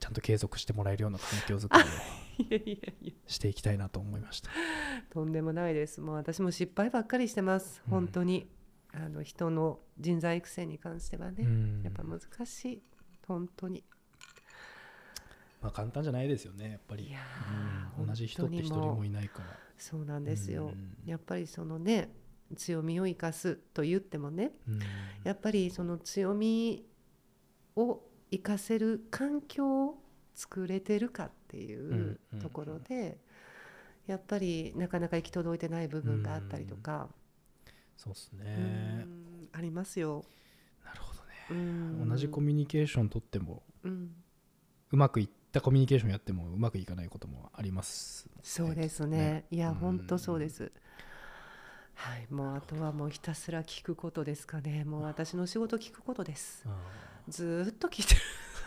ちゃんと継続してもらえるような環境づくりをいやいやいや、 していきたいなと思いました。 とんでもないです。もう私も失敗ばっかりしてます、本当に。人の人材育成に関してはね、やっぱ難しい、本当に。 まあ簡単じゃないですよね、やっぱり。 いや同じ人って一人もいないから。 そうなんですよ。やっぱりそのね、強みを生かすと言ってもね、やっぱりその強みを生かせる環境を作れてるかっていうところで、やっぱりなかなか行き届いてない部分があったりとか、 そうですね、 ありますよ。 なるほどね。同じコミュニケーションとっても、 うまくいったコミュニケーションやってもうまくいかないこともあります、ね。 そうですね。いや、本当そうです。はい、もうあとはもうひたすら聞くことですかね。もう私の仕事聞くことです。ずっと聞いてる。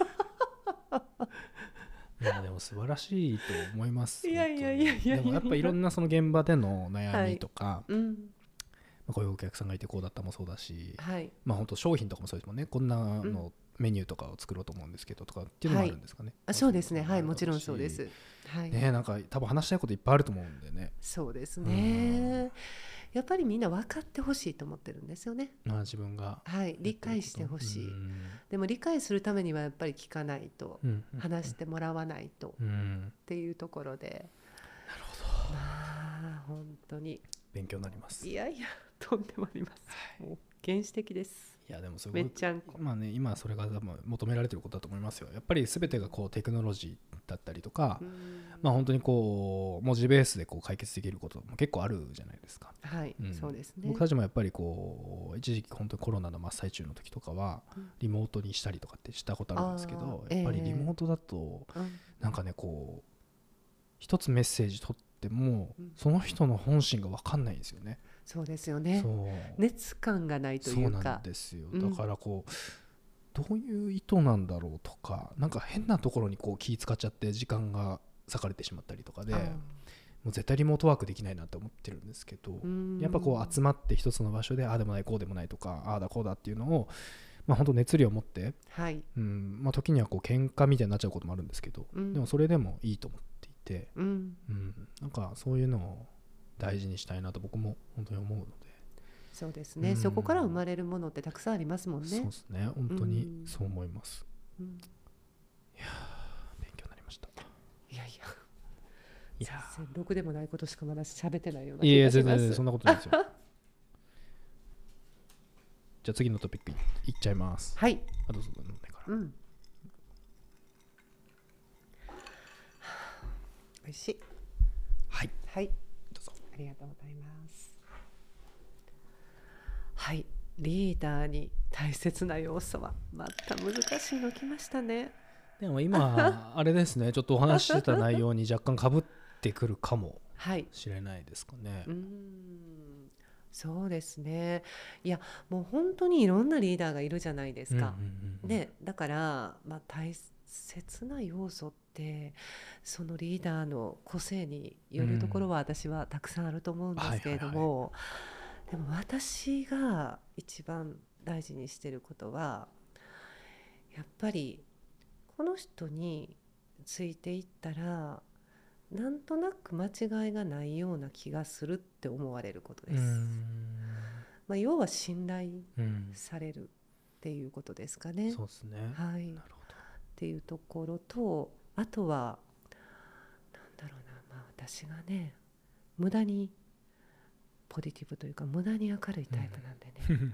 いやでも素晴らしいと思います。 いやいやいやいや、 でもやっぱいろんなその現場での悩みとか、こういうお客さんがいてこうだったもそうだし、まあ本当商品とかもそうですもんね。こんなのメニューとかを作ろうと思うんですけどとかっていうのもあるんですかね。 そうですね。はい、もちろんそうです。 ね、なんか多分話したいこといっぱいあると思うんでね。 そうですね。やっぱりみんな分かってほしいと思ってるんですよね。 自分が、 理解してほしい。でも理解するためにはやっぱり聞かないと、話してもらわないとっていうところで。 なるほど。 まあ本当に勉強になります。 いやいや、とんでもあります。もう原始的です。 いやでもすごいめっちゃんこ。 まあね、今それが求められてることだと思いますよ。やっぱり全てがこうテクノロジーだったりとか、まあ本当にこう文字ベースでこう解決できることも結構あるじゃないですか。 そうですね。 僕たちもやっぱりこう一時期本当にコロナの真っ最中の時とかはリモートにしたりとかってしたことあるんですけど、やっぱりリモートだとなんかね、こう一つメッセージ取ってもその人の本心が分かんないんですよね。 そうですよね。熱感がないというか。 そうなんですよ。だからこうどういう意図なんだろうとか、なんか変なところにこう気使っちゃって時間が割かれてしまったりとかで、もう絶対リモートワークできないなって思ってるんですけど、やっぱこう集まって一つの場所でああでもないこうでもないとか、ああだこうだっていうのをまあ本当熱量を持って、まあ時にはこう喧嘩みたいになっちゃうこともあるんですけど、でもそれでもいいと思っていて、なんかそういうのを大事にしたいなと僕も本当に思うので。 そうですね、そこから生まれるものってたくさんありますもんね。 そうですね、本当にそう思います。いや勉強になりました。 いや全然ろくでもないことしかまだ喋ってないような気がします。 いや全然そんなことないですよ。じゃあ次のトピックいっちゃいます。 はい。 どうぞ飲んでから。 美味しい。 はい。 はい。 どうぞ。 ありがとうございます。はい。リーダーに大切な要素はまた難しいのきましたね。 でも今あれですね、ちょっとお話ししてた内容に若干被ってくるかもしれないですかね。 そうですね。いやもう本当にいろんなリーダーがいるじゃないですか。でだから、まあ、大切な要素ってそのリーダーの個性によるところは私はたくさんあると思うんですけれども、でも私が一番大事にしていることはやっぱりこの人についていったらなんとなく間違いがないような気がするって思われることです。まあ、要は信頼されるっていうことですかね。 そうですね。 はい。 なるほど。 っていうところと、あとはなんだろうな、まあ、私がね無駄にポジティブというか無駄に明るいタイプなんでね、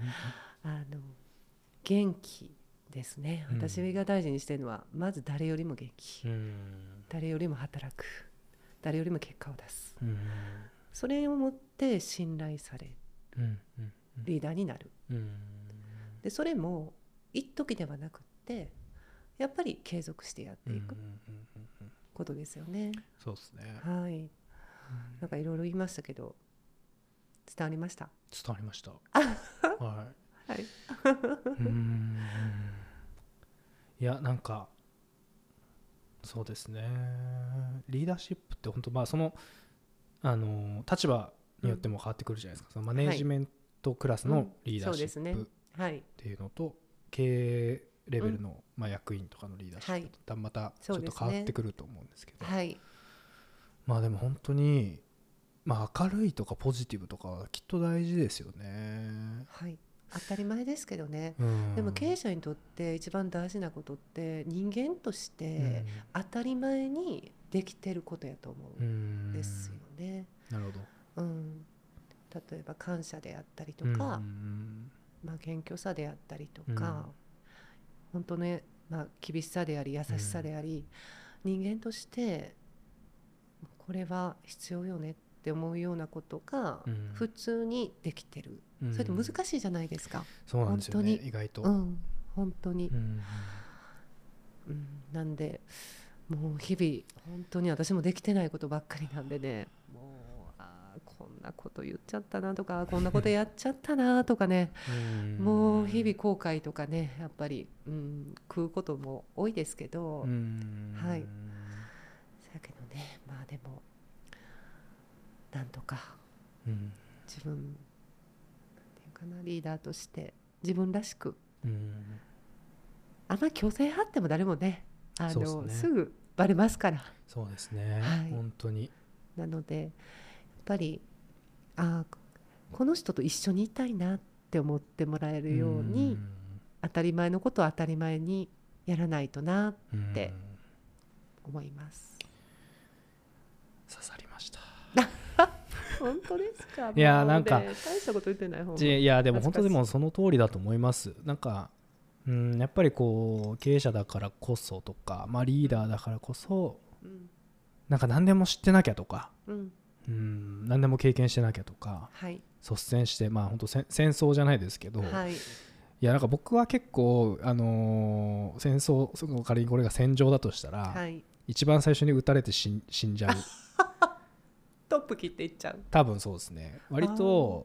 元気ですね。私が大事にしているのはまず誰よりも元気、誰よりも働く、誰よりも結果を出す、それをもって信頼されるリーダーになる。でそれも一時ではなくってやっぱり継続してやっていくことですよね。 そうですね。 はい。なんかいろいろ言いましたけど伝わりました？ 伝わりました。はい。いやなんかそうですね。リーダーシップって本当まあその立場によっても変わってくるじゃないですか。そのマネージメントクラスのリーダーシップっていうのと経営レベルの、まあ、役員とかのリーダーシップとまたちょっと変わってくると思うんですけど、 はい、 まあでも本当に、まあ、明るいとかポジティブとかはきっと大事ですよね。 はい、当たり前ですけどね、 うんでも経営者にとって一番大事なことって人間としうてん当たり前にできてることやと思ううんんですよね。 なるほど。 例えば感謝であったりとうか、 んまあ、謙虚さであったりとうんか、本当ね、まあ、厳しさであり優しさであり、人間としてこれは必要よねって思うようなことがうん普通にできてる、それって難しいじゃないですか。 そうなんですよね、 本当に意外と、 本当に、なんでもう日々本当に私もできてないことばっかりなんでね、もうこんなこと言っちゃったなとかこんなことやっちゃったなとかねもう日々後悔とかねやっぱり、食うことも多いですけど、はい。だけどね、まあでもなんとか自分なんていうかな、リーダーとして自分らしく、あんま強制張っても誰もね、 そうですね、 すぐバレますから。 そうですね、 はい、 本当に。 なのでやっぱりこの人と一緒にいたいなって思ってもらえるように、当たり前のことを当たり前にやらないとなって思います。 刺さりました。 本当ですか？ いやなんか大したこと言ってない方。 いやでも本当でもその通りだと思います。なんかやっぱりこう経営者だからこそとか、まあ、リーダーだからこそ、なんか何でも知ってなきゃとか、何でも経験してなきゃとか、 はい、 率先して、まあ本当戦争じゃないですけど、 はい、 いやなんか僕は結構、戦争、仮にこれが戦場だとしたら、 はい、一一番最初に撃たれて死んじゃうトップ切っていっちゃう。 多分そうですね。割と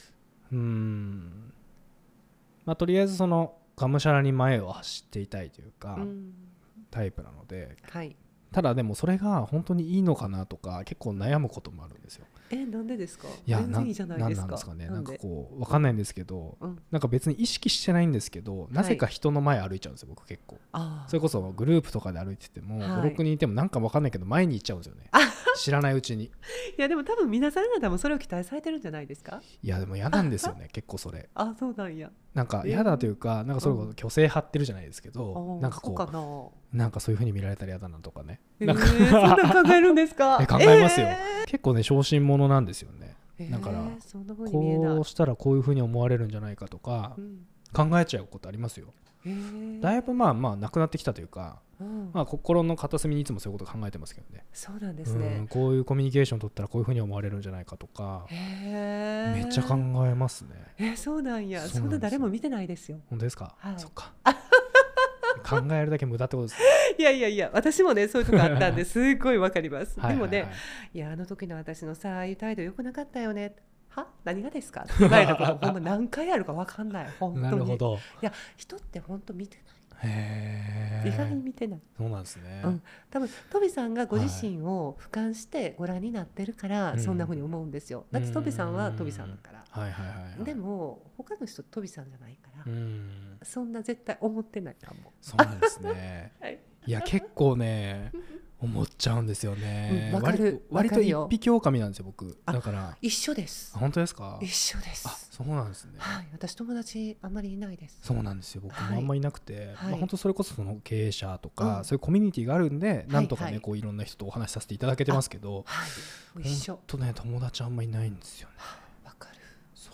まあとりあえずそのがむしゃらに前を走っていたいというか、タイプなので、 はい、 ただでもそれが本当にいいのかなとか結構悩むこともあるんですよ。 なんでですか？ いや全然いいじゃないですか。 なんですかね。なんかこう分かんないんですけど、なんか別に意識してないんですけど、なぜか人の前歩いちゃうんですよ、僕結構。それこそグループとかで歩いてても、5、6人いてもなんか分かんないけど前に行っちゃうんですよね。知らないうちに。いやでも多分皆さん方もそれを期待されてるんじゃないですか？ いやでも嫌なんですよね結構それ。 そうなんや。 なんか嫌だというか、なんかそれこそ虚勢張ってるじゃないですけど、なんかこうなんかそういう風に見られたら嫌だなとかね。なんかそんな考えるんですか？ 考えますよ。結構ね小心者なんですよね。だからこうしたらこういう風に思われるんじゃないかとか考えちゃうことありますよ。だいぶまあなくなってきたというか、まあ心の片隅にいつもそういうこと考えてますけどね。 そうなんですね。 こういうコミュニケーション取ったらこういう風に思われるんじゃないかとかめっちゃ考えますね。 そうなんや。そんな誰も見てないですよ。 本当ですか？そっか。考えるだけ無駄ってことです。 いや私もねそういうとこあったんですっごいわかります。でもね、いやあの時の私のさああいう態度良くなかったよね。は何がですかって言われたことほんま何回あるか分かんない。本当に。 なるほど。 いや人って本当見てない。 へ意外に見てない。 そうなんですね。 多分トビさんがご自身を俯瞰してご覧になってるからそんな風に思うんですよ。だってトビさんはトビさんだから。でも他の人トビさんじゃないからそんな絶対思ってないかも。 そうなんですね。いや結構ね思っちゃうんですよね。割と一匹狼なんですよ僕。だから一緒です。 本当ですか？ 一緒です。 そうなんですね。 私友達あんまりいないです。 そうなんですよ。僕もあんまりいなくて、本当それこそその経営者とかそういうコミュニティがあるんでなんとかねこういろんな人とお話しさせていただけてますけど、本当ね友達あんまりいないんですよね。 わかる。 そう。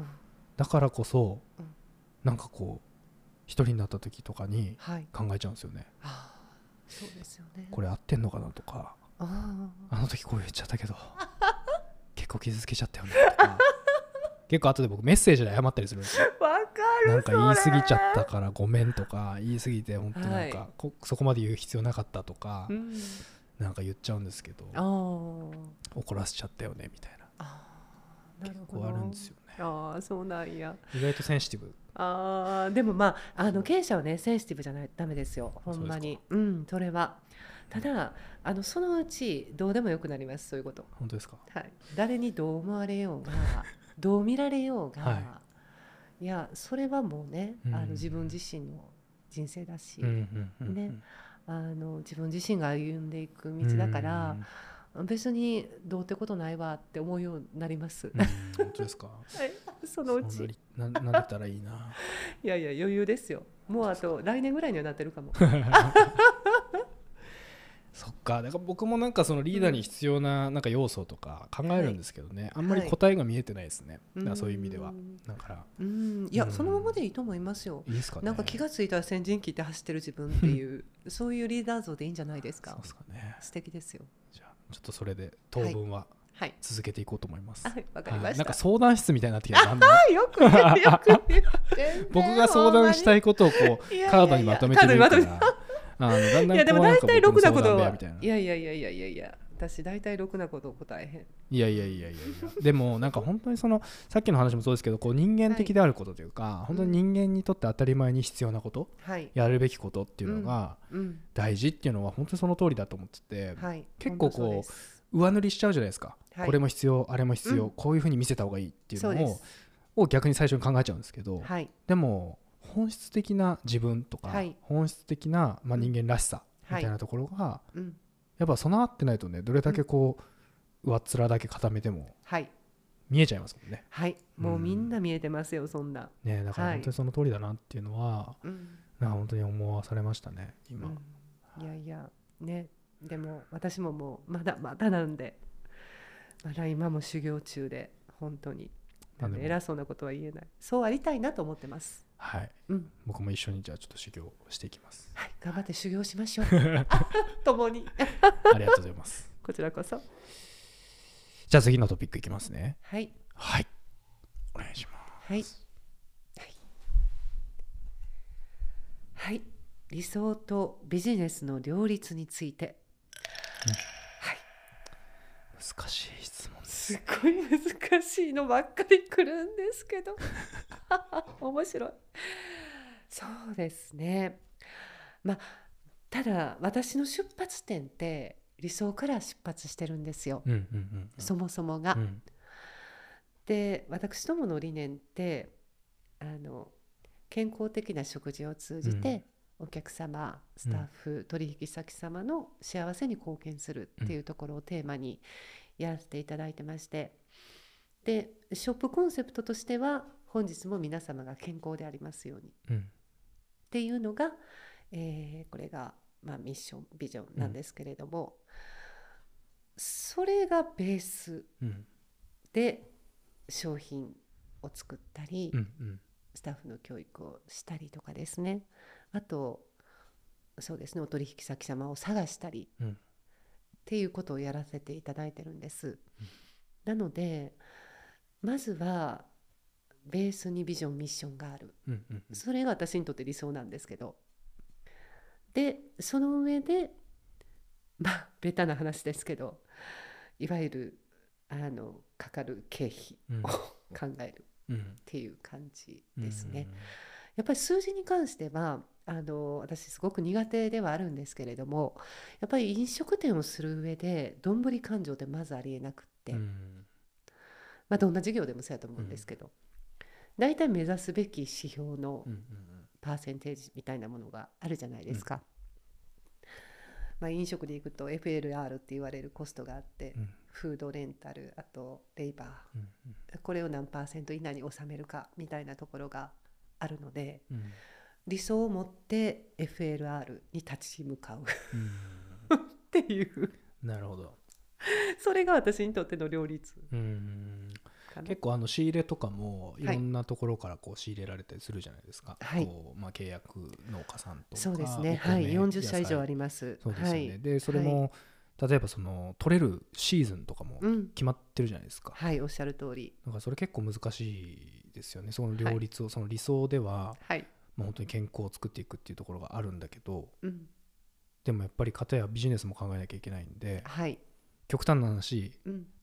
だからこそなんかこう一人になった時とかに考えちゃうんですよね。 そうですよね。 これ合ってんのかなとか、あの時こう言っちゃったけど結構傷つけちゃったよねとか結構後で僕メッセージで謝ったりするんですよ。 わかる。 なんか言い過ぎちゃったからごめんとか、言い過ぎて本当なんかそこまで言う必要なかったとか、なんか言っちゃうんですけど、怒らせちゃったよねみたいな結構あるんですよね。 そうなんや。 意外とセンシティブ。 でもまあ経営者はねセンシティブじゃないダメですよほんまに。それはただそのうちどうでもよくなります。そういうこと。 本当ですか？ 誰にどう思われようがどう見られようが、いやそれはもうね自分自身の人生だし、 うんうんうんうんね自分自身が歩んでいく道だから、別にどうってことないわって思うようになります、 本当ですか。 そのうち。 なれたらいいな。 いやいや余裕ですよ。もうあと来年ぐらいにはなってるかも。 そっか。だから僕もなんかそのリーダーに必要ななんか要素とか考えるんですけどね、あんまり答えが見えてないですね、だからそういう意味では。だからいや、そのままでいいと思いますよ。 いいですかね。 なんか気がついたら先陣切って走ってる自分っていうそういうリーダー像でいいんじゃないですか。 そうですかね。 素敵ですよ。 じゃあちょっとそれで当分は続けていこうと思います。 はい、わかりました。 なんか相談室みたいになってきた。 よく言って僕が相談したいことをこうカードにまとめてるから。だんだんいやでも大体ろくなことは。 いや私大体ろくなことを答えへん。 いやでもなんか本当にそのさっきの話もそうですけど、こう人間的であることというか、本当に人間にとって当たり前に必要なこと、やるべきことっていうのが大事っていうのは本当にその通りだと思ってて、結構こう上塗りしちゃうじゃないですか。これも必要あれも必要、こういう風に見せた方がいいっていうのを逆に最初に考えちゃうんですけど、でも本質的な自分とか、本質的な人間らしさみたいなところがやっぱ備わってないとね、どれだけこう上っ面だけ固めても見えちゃいますもんね。 もうみんな見えてますよ、そんなね。だから本当にその通りだなっていうのはなんか本当に思わされましたね今。 いやね、でも私ももうまだまだなんで、まだ今も修行中で、本当に偉そうなことは言えない。そうありたいなと思ってます。 僕も一緒にじゃあちょっと修行していきます。 頑張って修行しましょう共にありがとうございます。 こちらこそ。 じゃあ次のトピックいきますね。 はい、 お願いします。 理想とビジネスの両立について。 難しい質問です。 すごい難しいのばっかりくるんですけど面白い。そうですね。ただ私の出発点って理想から出発してるんですよ、そもそもが。で、私どもの理念って健康的な食事を通じて、お客様、スタッフ、取引先様の幸せに貢献するっていうところをテーマにやらせていただいてまして、でショップコンセプトとしては、本日も皆様が健康でありますように、っていうのが、これが、ミッションビジョンなんですけれども、それがベースで商品を作ったり、スタッフの教育をしたりとかですね、あとそうですね、お取引先様を探したり、っていうことをやらせていただいてるんです。なのでまずはベースにビジョンミッションがある、それが私にとって理想なんですけど、でその上でベタな話ですけど、いわゆるかかる経費を考えるっていう感じですね。やっぱり数字に関しては私すごく苦手ではあるんですけれども、やっぱり飲食店をする上でどんぶり勘定ってまずありえなくって、どんな事業でもそうやと思うんですけど、だいたい目指すべき指標のパーセンテージみたいなものがあるじゃないですか。飲食でいくと FLR って言われるコストがあって、フードレンタル、あとレイバー、これを何パーセント以内に収めるかみたいなところがあるので、理想を持って FLR に立ち向かうっていう。 なるほど。 それが私にとっての両立。 結構仕入れとかもいろんなところからこう仕入れられたりするじゃないですか。こう契約農家さんとか。 そうですね。40社以上あります。 そうですよね。でそれも、例えばその取れるシーズンとかも決まってるじゃないですか。 おっしゃる通り。 だからそれ結構難しいですよね。その両立を、その理想では、本当に健康を作っていくっていうところがあるんだけど、でもやっぱり片やビジネスも考えなきゃいけないんで、極端な話、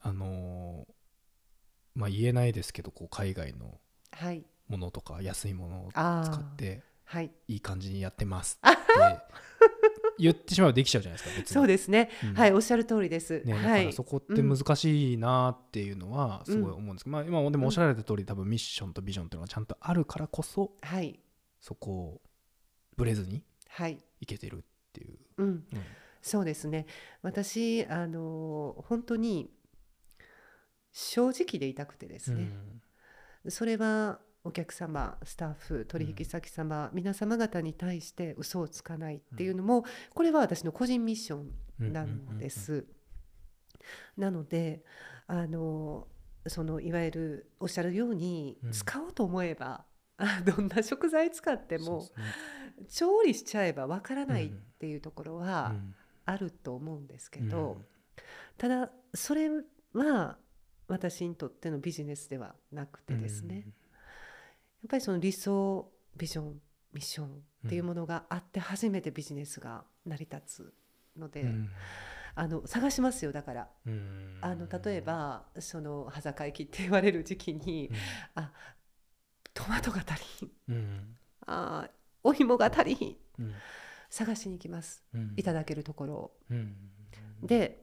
言えないですけど、こう海外のものとか安いものを使っていい感じにやってますって言ってしまえばできちゃうじゃないですか、別に。 そうですね、おっしゃる通りです、 だからそこって難しいなっていうのはすごい思うんですけど、今でもおっしゃられた通り、多分ミッションとビジョンっていうのがちゃんとあるからこそ、そこをブレずにはいいけてるっていう、 うんうんそうですね。私本当に正直でいたくてですね、それはお客様、スタッフ、取引先様、皆様方に対して嘘をつかないっていうのも、これは私の個人ミッションなんです。なのでそのいわゆるおっしゃるように、使おうと思えばどんな食材使っても、 そうですね調理しちゃえばわからないっていうところはあると思うんですけど、ただそれは私にとってのビジネスではなくてですね、やっぱりその理想、ビジョン、ミッションっていうものがあって初めてビジネスが成り立つので、探しますよ。だから例えばその端境期って言われる時期に、トマトが足りん、お芋が足りひん、探しに行きます、いただけるところを、で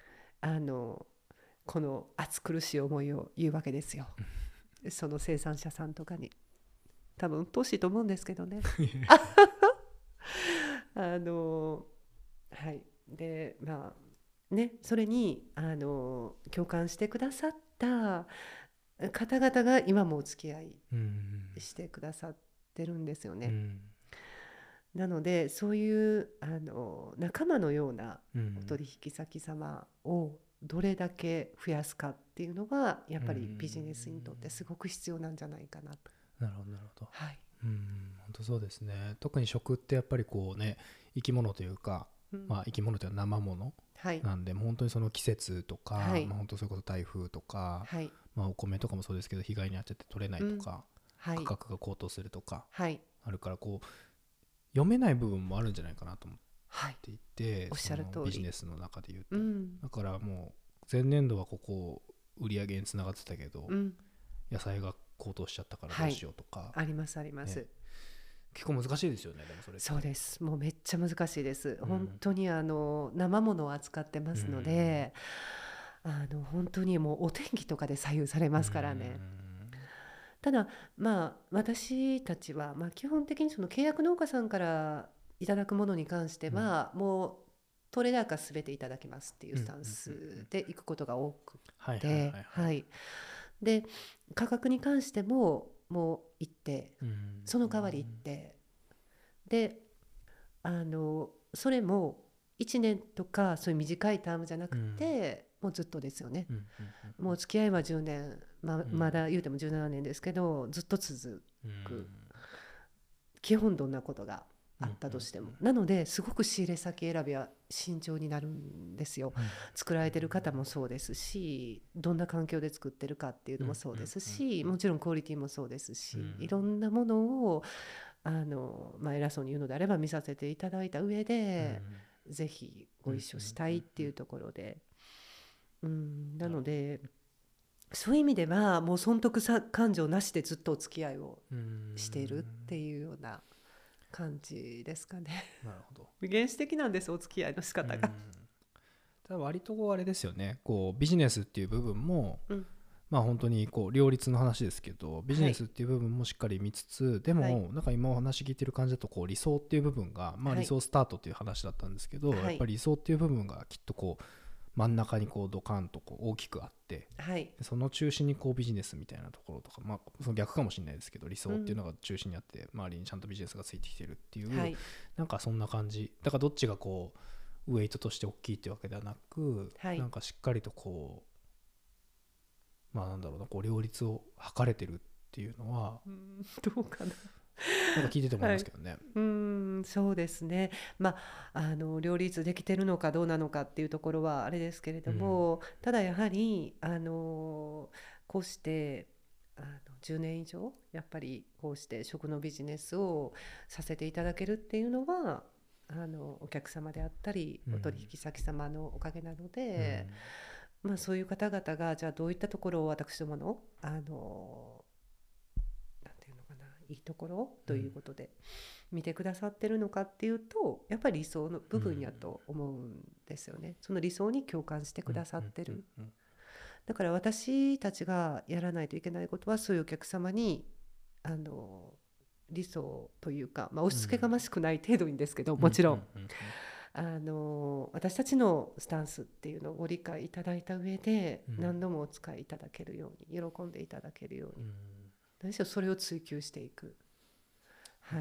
この暑苦しい思いを言うわけですよその生産者さんとかに。多分うっとうしいと思うんですけどねはいでそれに共感してくださった方々が今もお付き合いしてくださってるんですよね、なのでそういう仲間のようなお取引先様をどれだけ増やすかっていうのはやっぱりビジネスにとってすごく必要なんじゃないかなと。 なるほどなるほど。 はい、 本当そうですね。特に食ってやっぱりこうね、生き物というか、生き物というのは生物なんで、本当にその季節とか、本当それこそ台風とか、お米とかもそうですけど被害に遭っちゃって取れないとか、価格が高騰するとかあるから、こう読めない部分もあるんじゃないかなと思っていて、 おっしゃる通り、 ビジネスの中で言うと、だからもう前年度はここ売り上げにつながってたけど、野菜が高騰しちゃったからどうしようとか、 ありますあります、 結構難しいですよね。でもそれそうです。もうめっちゃ難しいです、本当に生ものを扱ってますので、本当にもうお天気とかで左右されますからね。ただ私たちは基本的にその契約農家さんからいただくものに関しては、もう取れ高すべていただきますっていうスタンスでいくことが多くて、で価格に関してももう一定、その代わり一定で、それも1年とかそういう短いタームじゃなくて、もうずっとですよね、もう付き合いは10年、まだ言うても17年ですけどずっと続く、基本どんなことがあったとしても、なのですごく仕入れ先選びは慎重になるんですよ、作られてる方もそうですし、どんな環境で作ってるかっていうのもそうですし、もちろんクオリティもそうですし、いろんなものを偉そうに言うのであれば見させていただいた上で、ぜひご一緒したいっていうところで、なのでそういう意味ではもう損得感情なしでずっとお付き合いをしているっていうような感じですかね。 なるほど。 原始的なんです、お付き合いの仕方が。 ただ割とあれですよね、こうビジネスっていう部分も、本当にこう両立の話ですけど、ビジネスっていう部分もしっかり見つつ、でもなんか今お話聞いてる感じだとこう理想っていう部分が、理想スタートっていう話だったんですけど、やっぱり理想っていう部分がきっとこう真ん中にこうドカンとこう大きくあって、その中心にこうビジネスみたいなところとか、その逆かもしれないですけど、理想っていうのが中心にあって周りにちゃんとビジネスがついてきてるっていう、なんかそんな感じだから、どっちがこうウェイトとして大きいっていうわけではなく、なんかしっかりとこうなんだろうな、こう両立を図れてるっていうのはどうかななんか聞いてて思いますけどね。 そうですね、両立できてるのかどうなのかっていうところはあれですけれども、ただやはりこうして10年以上やっぱりこうして食のビジネスをさせていただけるっていうのはお客様であったりお取引先様のおかげなので、そういう方々がじゃあどういったところを私どものなんていうのかな、いいところということで見てくださってるのかっていうと、やっぱり理想の部分やと思うんですよね。その理想に共感してくださってる。だから私たちがやらないといけないことは、そういうお客様に理想というか、押し付けがましくない程度にですけど、もちろん、私たちのスタンスっていうのをご理解いただいた上で、何度もお使いいただけるように、喜んでいただけるように、何しろそれを追求していく。はい。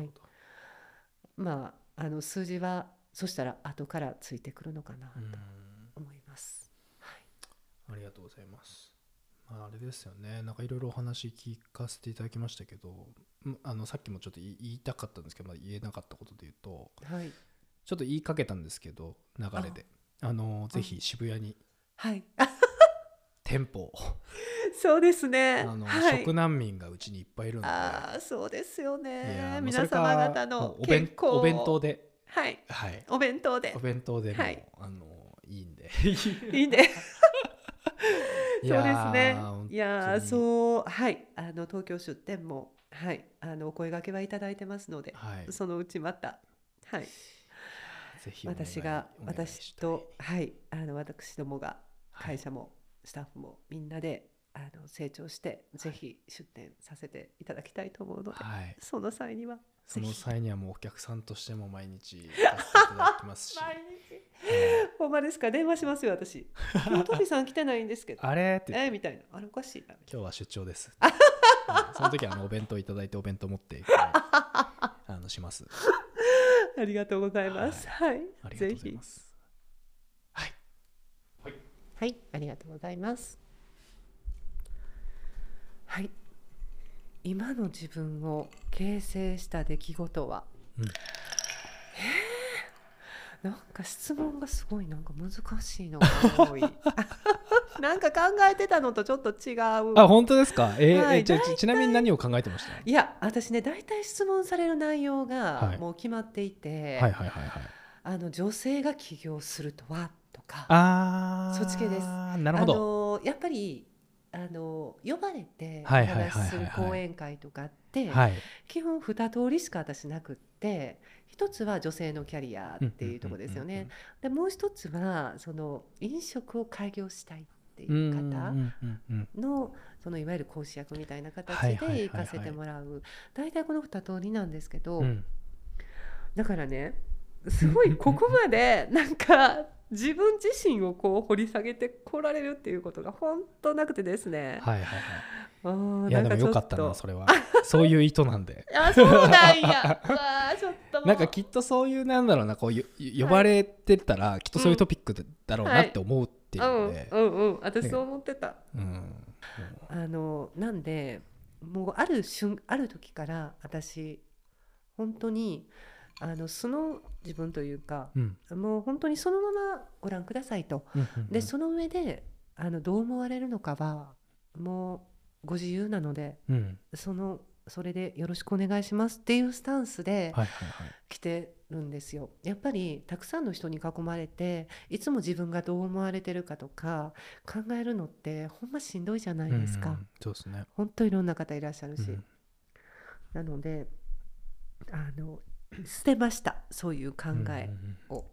数字はそしたら後からついてくるのかなと思います。はい、 ありがとうございます。あれですよね、なんかいろいろお話聞かせていただきましたけど、さっきもちょっと言いたかったんですけど、言えなかったことで言うと、 はい、 ちょっと言いかけたんですけど、流れでぜひ渋谷に、 はい、 店舗そうですね、 はい、食難民がうちにいっぱいいるので、 そうですよね、 皆様方の健康お弁当で、 はいはい、お弁当でも、はい、いいんでいいんでそうですね。いやそう、はい、東京出店も、はい、お声掛けはいただいてますので、はい、そのうちまた、はい、 ぜひ私と、はい、私どもが会社もスタッフもみんなで成長して、ぜひ出店させていただきたいと思うので、はい、その際にはもうお客さんとしても毎日させていただきますし毎日ほんまですか、電話しますよ私。今日トビさん来てないんですけどあれってみたいな、あれおかしいな、 今日は出張ですその時はお弁当いただいて、お弁当持ってしますありがとうございます。はい、 ありがとうございます。はい、 はい、ありがとうございます。はい、今の自分を形成した出来事は、なんか質問がすごいなんか難しいのが多いなんか考えてたのとちょっと違う。 本当ですか。はい、ちなみに何を考えてました？ いや、私ね、大体質問される内容がもう決まっていて、女性が起業するとはとか、そっち系です。 なるほど。 やっぱり呼ばれてお話しする講演会とかって、基本2通りしか私なくって、一つは女性のキャリアっていうところですよね。でもう一つはその飲食を開業したいっていう方のそのいわゆる講師役みたいな形で行かせてもらう、大体この2通りなんですけど、だからね、すごいここまでなんか自分自身をこう掘り下げてこられるっていうことが本当なくてですね。 いやでもよかったな、それはそういう意図なんでそうなんやちょっとなんかきっとそういうなんだろうな、こう呼ばれてたらきっとそういうトピックだろうなって思うっていうので、 私そう思ってた。なんでもうある時から私本当に素の自分というか、もう本当にそのままご覧くださいと、でその上でどう思われるのかはもうご自由なので、それでよろしくお願いしますっていうスタンスで来てるんですよ。やっぱりたくさんの人に囲まれていつも自分がどう思われてるかとか考えるのってほんましんどいじゃないですか。 そうですね。 本当いろんな方いらっしゃるし、なので捨てました、そういう考えを。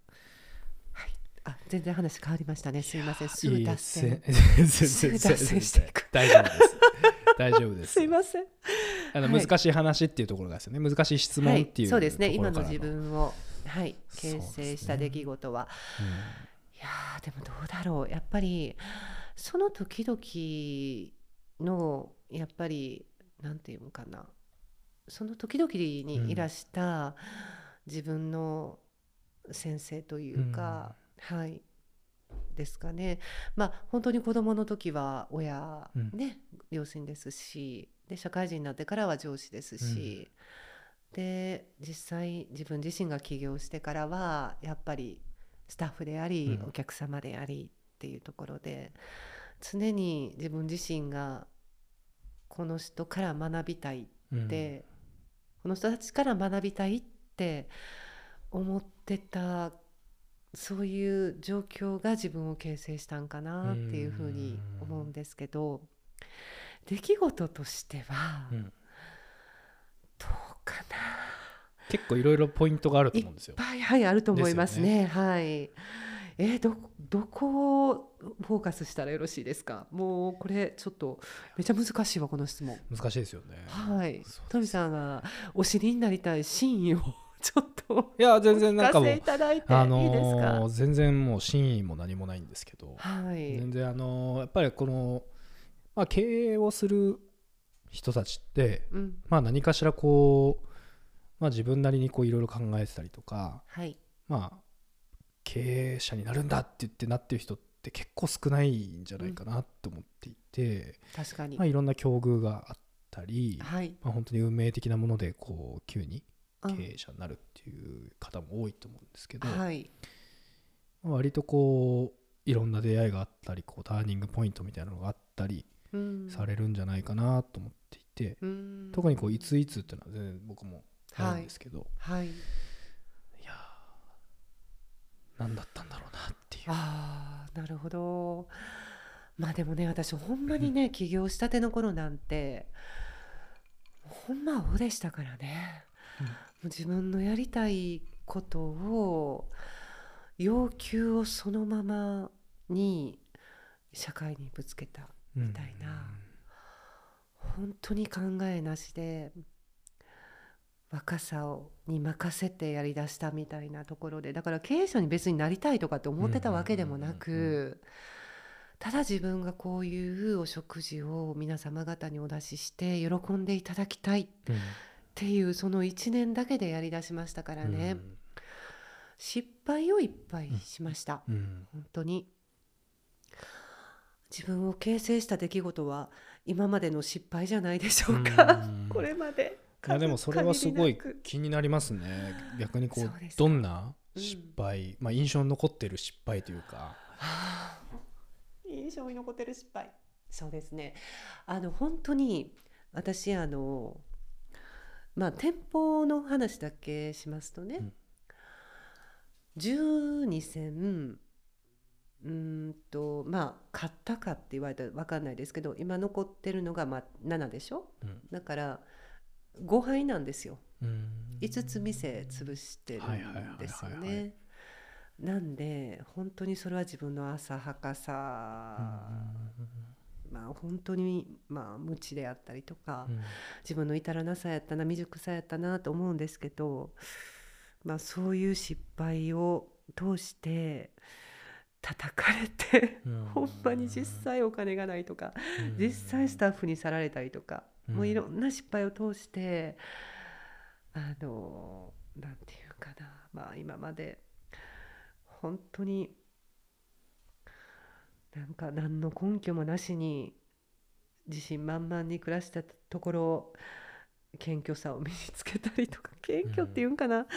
全然話変わりましたね。すいません。すぐ脱線していく。 大丈夫です。大丈夫です。 すいません。 難しい話っていうところがですよね。難しい質問っていう、 そうですね。今の自分を形成した出来事は、いやでもどうだろう。やっぱりその時々のやっぱりなんていうのかな。その時々にいらした自分の先生というか。ですかね。本当に子供の時は親ね、両親ですし、で社会人になってからは上司ですし、で実際自分自身が起業してからはやっぱりスタッフであり、お客様でありっていうところで、常に自分自身がこの人から学びたいって、この人たちから学びたいって思ってた、そういう状況が自分を形成したんかなっていうふうに思うんですけど、出来事としてはどうかな。 結構いろいろポイントがあると思うんですよ。 いっぱいあると思いますね。 どこをフォーカスしたらよろしいですか？もうこれちょっとめちゃ難しいわこの質問。 難しいですよね。 はい。 そうトミさんがお知りになりたい真意をちょっといや全然なんかもうお聞かせいただいていいですか？ 全然もう真意も何もないんですけど、 はい全然やっぱりこの、経営をする人たちって、 うん何かしらこう、自分なりにこういろいろ考えてたりとか、 はい経営者になるんだって言ってなってる人って結構少ないんじゃないかなと思っていて、 確かにいろんな境遇があったり、 はい本当に運命的なものでこう急にうん経営者になるっていう方も多いと思うんですけど、 はい割とこういろんな出会いがあったりこうターニングポイントみたいなのがあったりうんされるんじゃないかなと思っていて、 うん特にこういついつっていうのは全然僕もないんですけど、 はいいやー何だったんだろうなっていう。 ああなるほど。まあでもね私ほんまにね起業したての頃なんてほんまアホでしたからね。もう自分のやりたいことを要求をそのままに社会にぶつけたみたいな、本当に考えなしで若さに任せてやりだしたみたいなところで、だから経営者に別になりたいとかって思ってたわけでもなく、ただ自分がこういうお食事を皆様方にお出しして喜んでいただきたいっていうその1年だけでやりだしましたからね、失敗をいっぱいしました、本当に。自分を形成した出来事は今までの失敗じゃないでしょうか、これまででもそれはすごい気になりますね。逆にこうどんな失敗、印象に残ってる失敗というか、 印象に残ってる失敗、そうですね、本当に私店舗の話だけしますとね、12戦買ったかって言われたら分かんないですけど、今残ってるのが7でしょ、だから5敗なんですよ、5つ店潰してるんですよね。なんで本当にそれは自分の浅はかさ、本当に無知であったりとか、自分の至らなさやったな、未熟さやったなと思うんですけど、そういう失敗を通して叩かれてほんまに実際お金がないとか、実際スタッフに去られたりとか、もういろんな失敗を通してなんていうかな、今まで本当に何の根拠もなしに自信満々に暮らしたところ、謙虚さを身につけたりとか、謙虚っていうんかな、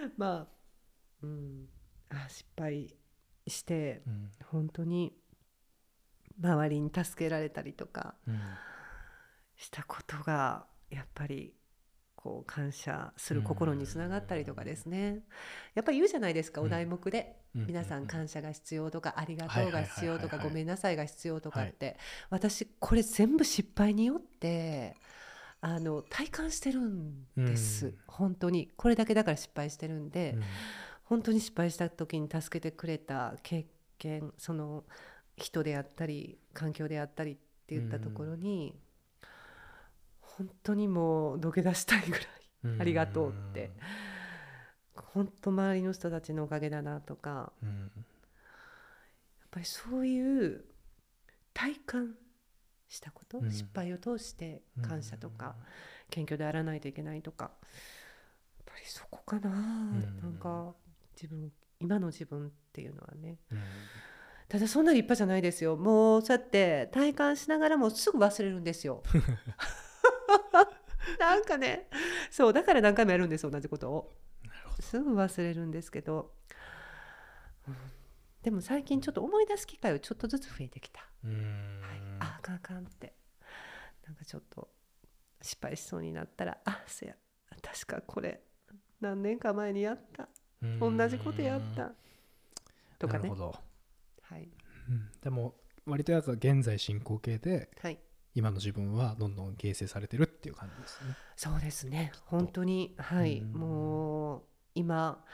失敗して本当に周りに助けられたりとかしたことがやっぱりこう感謝する心につながったりとかですね。やっぱり言うじゃないですか、お題目で皆さん感謝が必要とか、ありがとうが必要とか、ごめんなさいが必要とかって、私これ全部失敗によって体感してるんです、本当に。これだけだから失敗してるんで、本当に失敗した時に助けてくれた経験、その人であったり環境であったりっていったところに、本当にもう土下座したいぐらいありがとうって、本当周りの人たちのおかげだなとか、やっぱりそういう体感したこと、失敗を通して感謝とか、謙虚であらないといけないとか、やっぱりそこかな、今の自分っていうのはね、ただそんな立派じゃないですよ。もうそうやって体感しながらもすぐ忘れるんですよなんかね、そうだから何回もやるんですよ、同じことを。すぐ忘れるんですけど、でも最近ちょっと思い出す機会はちょっとずつ増えてきた。あかんあかんって、ちょっと失敗しそうになったら、そや確かこれ何年か前にやった、同じことやったとかね。 なるほど、でも割と現在進行形で、今の自分はどんどん形成されてるっていう感じですね。 そうですね、本当に、もう今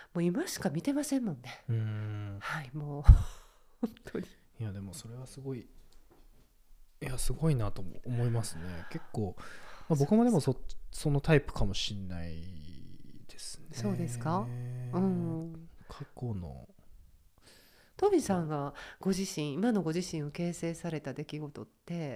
もう今しか見てませんもんね。はい、もう本当に。 いやでもそれはすごい、いやすごいなと思いますね。結構、僕もでもそのタイプかもしんないですね。 そうですか。 過去のトビさんが今のご自身を形成された出来事って、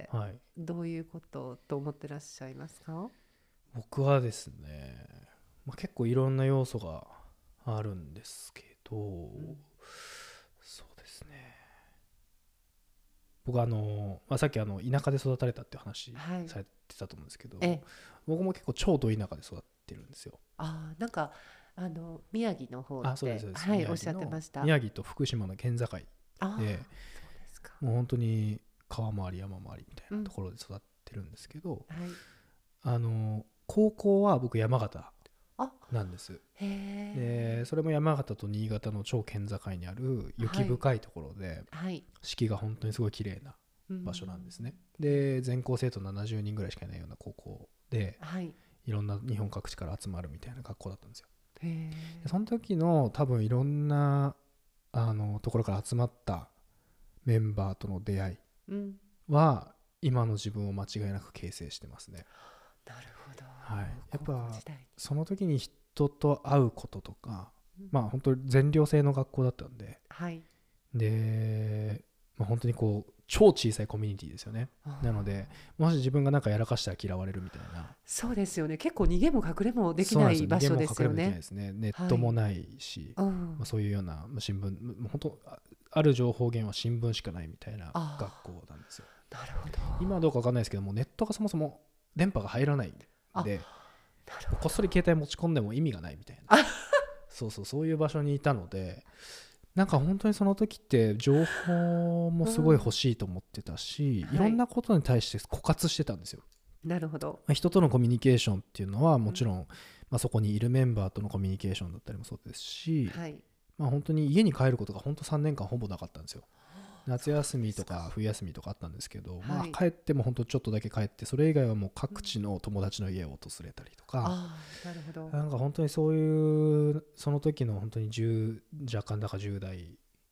はい、 どういうことと思ってらっしゃいますか？ 僕はですね、結構いろんな要素があるんですけど、そうですね、僕さっき田舎で育たれたっていう話されてたと思うんですけど、僕も結構超ど田舎で育ってるんですよ。 なんか宮城の方ってそうですはい、おっしゃってました。 宮城と福島の県境で、もう本当に川回り山回りみたいなところで育ってるんですけど、高校は僕山形なんです。でそれも山形と新潟の超県境にある雪深いところで、四季が本当にすごい綺麗な場所なんですね。で全校生徒70人ぐらいしかいないような高校で、いろんな日本各地から集まるみたいな学校だったんですよ。その時の多分いろんなところから集まったメンバーとの出会いは、今の自分を間違いなく形成してますね。 なるほど。 やっぱその時に人と会うこととか、本当に全寮制の学校だったんで、で、本当にこう超小さいコミュニティですよね。なのでもし自分が何かやらかしたら嫌われるみたいな。 そうですよね。結構逃げも隠れもできない場所ですよね。 ネットもないし、そういうような新聞、本当ある情報源は新聞しかないみたいな学校なんですよ。 なるほど。 今はどうか分かんないですけども、ネットがそもそも電波が入らないんで、こっそり携帯持ち込んでも意味がないみたいなそういう場所にいたので、なんか本当にその時って情報もすごい欲しいと思ってたし、いろんなことに対して枯渇してたんですよ。 なるほど。 人とのコミュニケーションっていうのはもちろん、そこにいるメンバーとのコミュニケーションだったりもそうですし、本当に家に帰ることが本当3年間ほぼなかったんですよ。夏休みとか冬休みとかあったんですけど、帰っても本当ちょっとだけ帰って、それ以外はもう各地の友達の家を訪れたりとか、なんか本当にそういうその時の本当に若干だから10代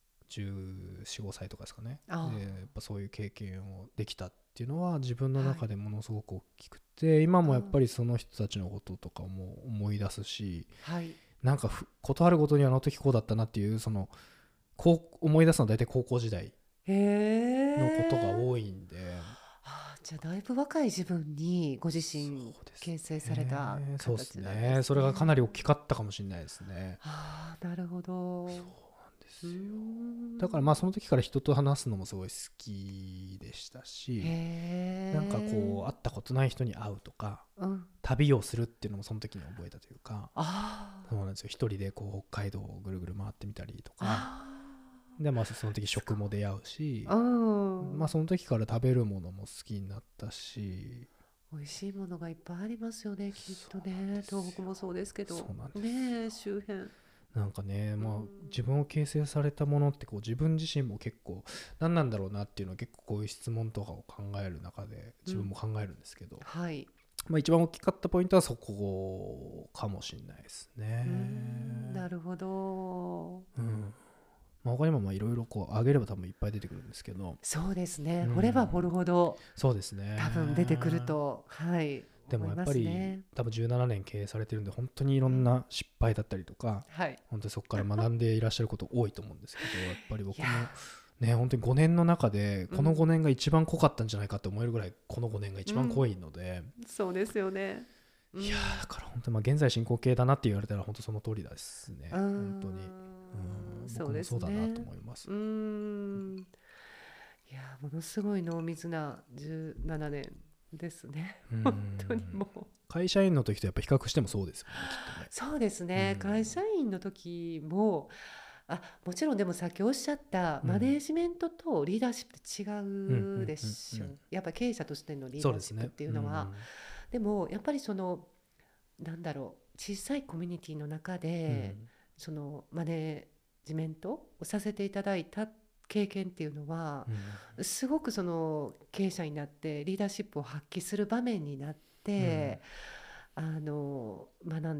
14、15歳とかですかね。でやっぱそういう経験をできたっていうのは自分の中でものすごく大きくて、今もやっぱりその人たちのこととかも思い出すし、なんかことあるごとにあの時こうだったなっていう、こう思い出すのは大体高校時代のことが多いんで、 じゃあだいぶ若い自分にご自身形成された形なんですね。 そうですね。それがかなり大きかったかもしれないですね。 なるほど。 そうなんですよ。だからその時から人と話すのもすごい好きでしたし、なんかこう会ったことない人に会うとか、旅をするっていうのもその時に覚えたというか、そうなんですよ。一人でこう北海道をぐるぐる回ってみたりとか。でその時食も出会うし、その時から食べるものも好きになったし、 美味しいものがいっぱいありますよね、きっとね。東北もそうですけどね、周辺なんかね、自分を形成されたものってこう自分自身も結構何なんだろうなっていうのは結構こういう質問とかを考える中で自分も考えるんですけど、一番大きかったポイントはそこかもしれないですね。 なるほど。 他にもいろいろこうあげれば多分いっぱい出てくるんですけど、 そうですね、掘れば掘るほどそうですね、 多分出てくると、 でもやっぱり多分17年経営されてるんで、本当にいろんな失敗だったりとか、本当にそこから学んでいらっしゃること多いと思うんですけどやっぱり僕もね、本当に5年の中でこの5年が一番濃かったんじゃないかって思えるぐらいこの5年が一番濃いので、 そうですよね。 いやだから本当に現在進行形だなって言われたら本当その通りですね。本当に僕もそうだなと思います。 いやものすごい濃密な17年ですね。本当にもう会社員の時とやっぱ比較してもそうですよね、きっとね。 そうですね、会社員の時ももちろんでもさっきおっしゃったマネージメントとリーダーシップって違うでしょ。やっぱ経営者としてのリーダーシップっていうのは、でもやっぱりなんだろう、小さいコミュニティの中で、そのマネージメントをさせていただいた経験っていうのは、すごくその経営者になってリーダーシップを発揮する場面になって、学ん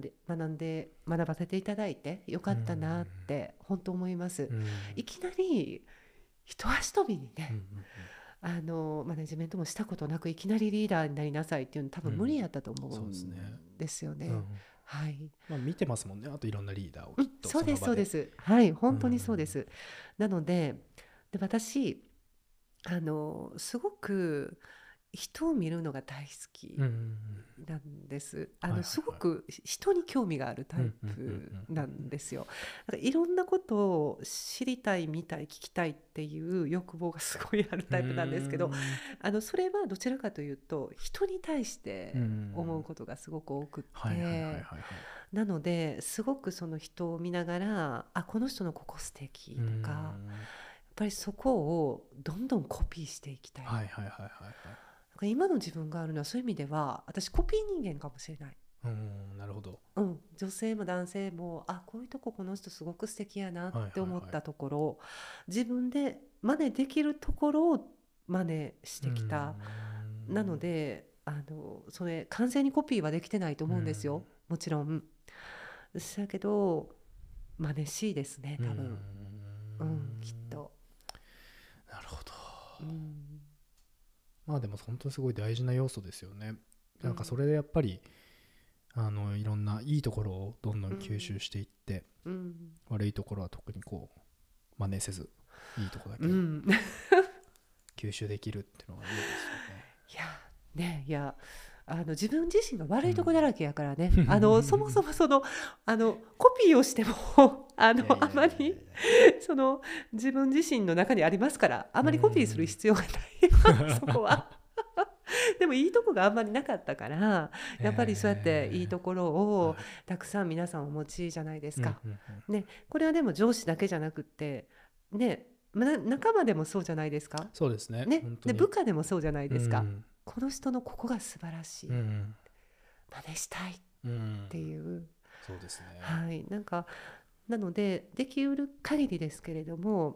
学ばせていただいてよかったなって本当思います。いきなり一足飛びにね、マネジメントもしたことなくいきなりリーダーになりなさいっていうの多分無理やったと思うんですよね。はい。 見てますもんね、あといろんなリーダーをきっとそうですそうです。はい、本当にそうです。なので、私すごく人を見るのが大好きなんです。すごく人に興味があるタイプなんですよ。だからいろんなことを知りたい、見たい、聞きたいっていう欲望がすごいあるタイプなんですけど、それはどちらかというと人に対して思うことがすごく多くって、なのですごくその人を見ながら、あ、この人のここ素敵とか、やっぱりそこをどんどんコピーしていきたい。今の自分があるのはそういう意味では私コピー人間かもしれない。 なるほど。 女性も男性もこういうとここの人すごく素敵やなって思ったところ、自分で真似できるところを真似してきた。なのでそれ完全にコピーはできてないと思うんですよ、もちろん。だけど真似しいですね、多分。きっと。 なるほど。でも本当にすごい大事な要素ですよね。なんかそれでやっぱりいろんないいところをどんどん吸収していって、悪いところは特にこう真似せず、いいところだけ吸収できるっていうのがいいですよね。いや自分自身が悪いとこだらけやからね、そもそもコピーをしてもあまり自分自身の中にありますから、あまりコピーする必要がないそこはでもいいとこがあんまりなかったから、やっぱりそうやっていいところをたくさん皆さんお持ちじゃないですか、ね。これはでも上司だけじゃなくってね、仲間でもそうじゃないですか。 そうですね。 で部下でもそうじゃないですか。この人のここが素晴らしい、真似したいっていう、 そうですね。 はい。なのでできうる限りですけれども、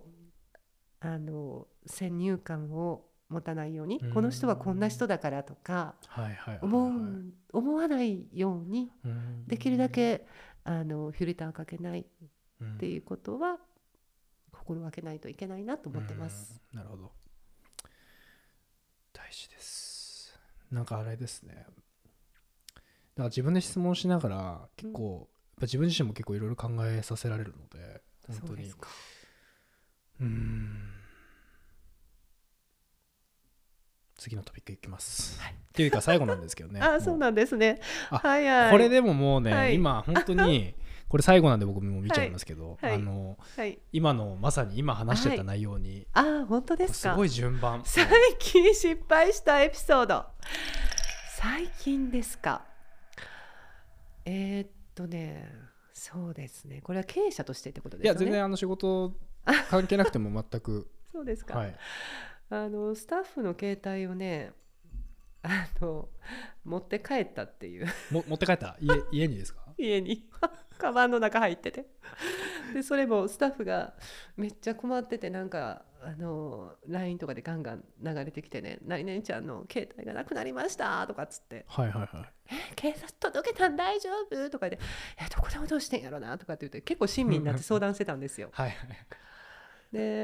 先入観を持たないように、この人はこんな人だからとか思わないように、できるだけフィルターかけないっていうことは心がけないといけないなと思ってます。 なるほど、大事です。なんかあれですね、だから自分で質問しながら結構、やっぱ自分自身も結構いろいろ考えさせられるので、本当に。そうですか。次のトピックいきます、っていうか最後なんですけどねそうなんですね。 これでももうね、今本当にこれ最後なんで僕も見ちゃいますけど、今のまさに今話してた内容に、 本当ですか。 すごい順番。 最近失敗したエピソード。最近ですか。そうですね、これは経営者としてってことですよね。 いや全然仕事関係なくても全くそうですか。スタッフの携帯をね持って帰ったっていう持って帰った。家にですか。 家にカバンの中入ってて、でそれもスタッフがめっちゃ困ってて、なんかLINE とかでガンガン流れてきてね、何々ちゃんの携帯がなくなりましたとかっつって、警察届けたん大丈夫とかで、どこで落としてんやろなとかって言って、結構親身になって相談してたんですよ。で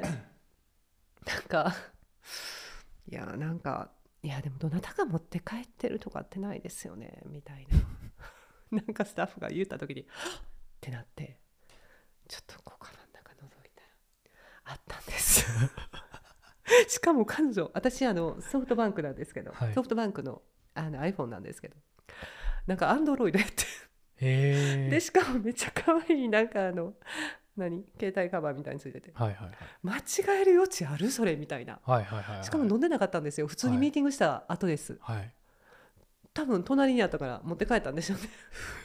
いやでもどなたが持って帰ってるとかってないですよねみたいななんかスタッフが言った時にはっってなって、ちょっとこうカバンの中覗いたらあったんですしかも彼女、私ソフトバンクなんですけど、ソフトバンクのiPhone なんですけど、なんか Android やってでしかもめっちゃ可愛いなんか携帯カバーみたいについてて、間違える余地あるそれみたいな、しかも飲んでなかったんですよ。普通にミーティングした後です、多分隣にあったから持って帰ったんでしょうね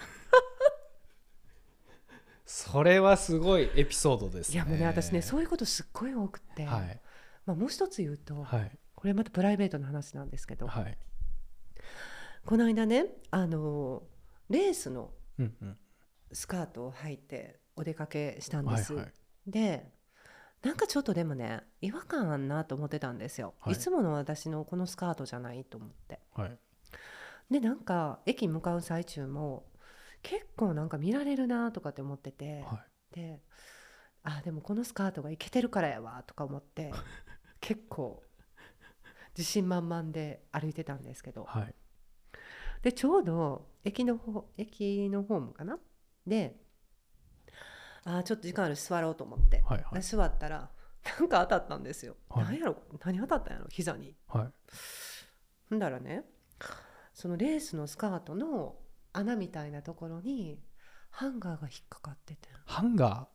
それはすごいエピソードですね。 いやもうね、私ねそういうことすっごい多くて、もう一つ言うと、これまたプライベートの話なんですけど、この間ねレースのスカートを履いてお出かけしたんです、でなんかちょっとでもね違和感あんなと思ってたんですよ、いつもの私のこのスカートじゃないと思って、でなんか駅向かう最中も結構なんか見られるなとかって思ってて、 はででもこのスカートがイケてるからやわとか思って結構自信満々で歩いてたんですけど、 はいでちょうど駅のホームかなで、ちょっと時間あるし座ろうと思って、 はいはい座ったらなんか当たったんですよ、 はい何やろ、何当たったんやろ膝に。 はいほんだらね、そのレースのスカートの穴みたいなところにハンガーが引っかかってて、 ハンガ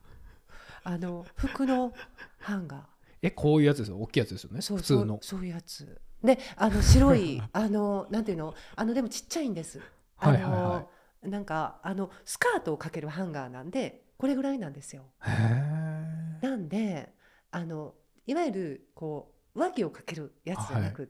服のハンガーこういうやつですよ、大きいやつですよね、 ー、 普通の。 そういうやつで、白いなんていうの、でもちっちゃいんです。 はいはいはなんかスカートをかけるハンガーなんでこれぐらいなんですよ。 へえ。 なんでいわゆるこう上着をかけるやつじゃなくって、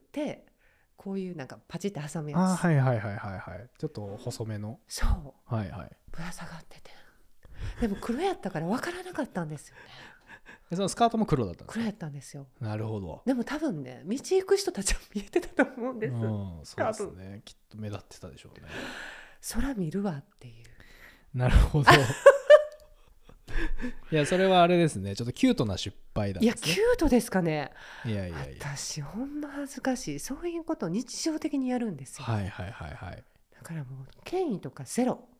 こういうなんかパチッて挟むやつ、 はいはいはいはいはい。ちょっと細めの。 そうはいはい。 ぶら下がってて、でも黒やったから分からなかったんですよね。 でそのスカートも黒だったんですか？ 黒やったんですよ。 なるほど。 でも多分ね、道行く人たちは見えてたと思うんです。 そうですね。きっと目立ってたでしょうね。 空見るわっていう。 なるほど。いやそれはあれですね、ちょっとキュートな失敗だ、 いやキュートですかね。 いやいやいや、 私ほんま恥ずかしい、そういうことを日常的にやるんですよ。 はいはいはいはい。 だからもう権威とかゼロ。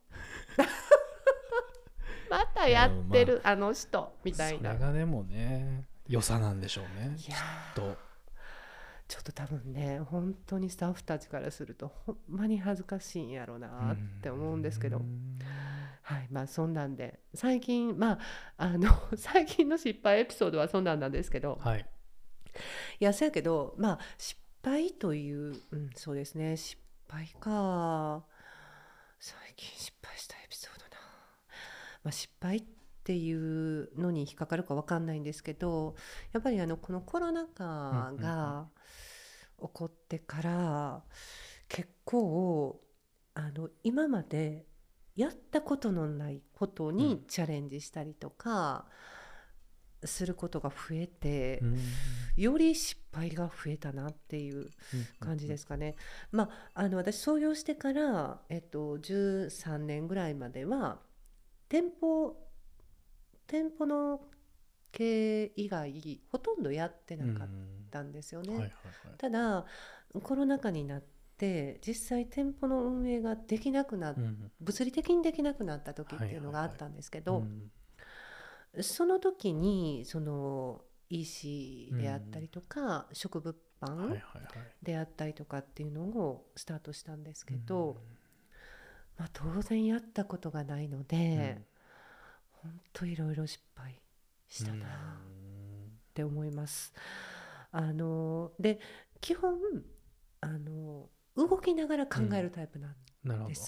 またやってる、あの人みたいな。 それがでもね良さなんでしょうね。 いやきっとちょっと多分ね、本当にスタッフたちからするとほんまに恥ずかしいんやろうなって思うんですけど、はい、まあそんなんで最近最近の失敗エピソードはそんなんなんですけど、 はい。 いやそうやけど、まあ失敗という、そうですね、失敗か。最近失敗したエピソードな、失敗っていうのに引っかかるか分かんないんですけど、やっぱりこのコロナ禍が起こってから結構今までやったことのないことにチャレンジしたりとかすることが増えて、より失敗が増えたなっていう感じですかね。私創業してから、13年ぐらいまでは店舗の経営以外ほとんどやってなかったんですよね。ただコロナ禍になって実際店舗の運営ができなくなっ、物理的にできなくなった時っていうのがあったんですけど、その時にその EC であったりとか、食物販であったりとかっていうのをスタートしたんですけど、当然やったことがないので、本当いろいろ失敗したなって思います。で基本動きながら考えるタイプなんです。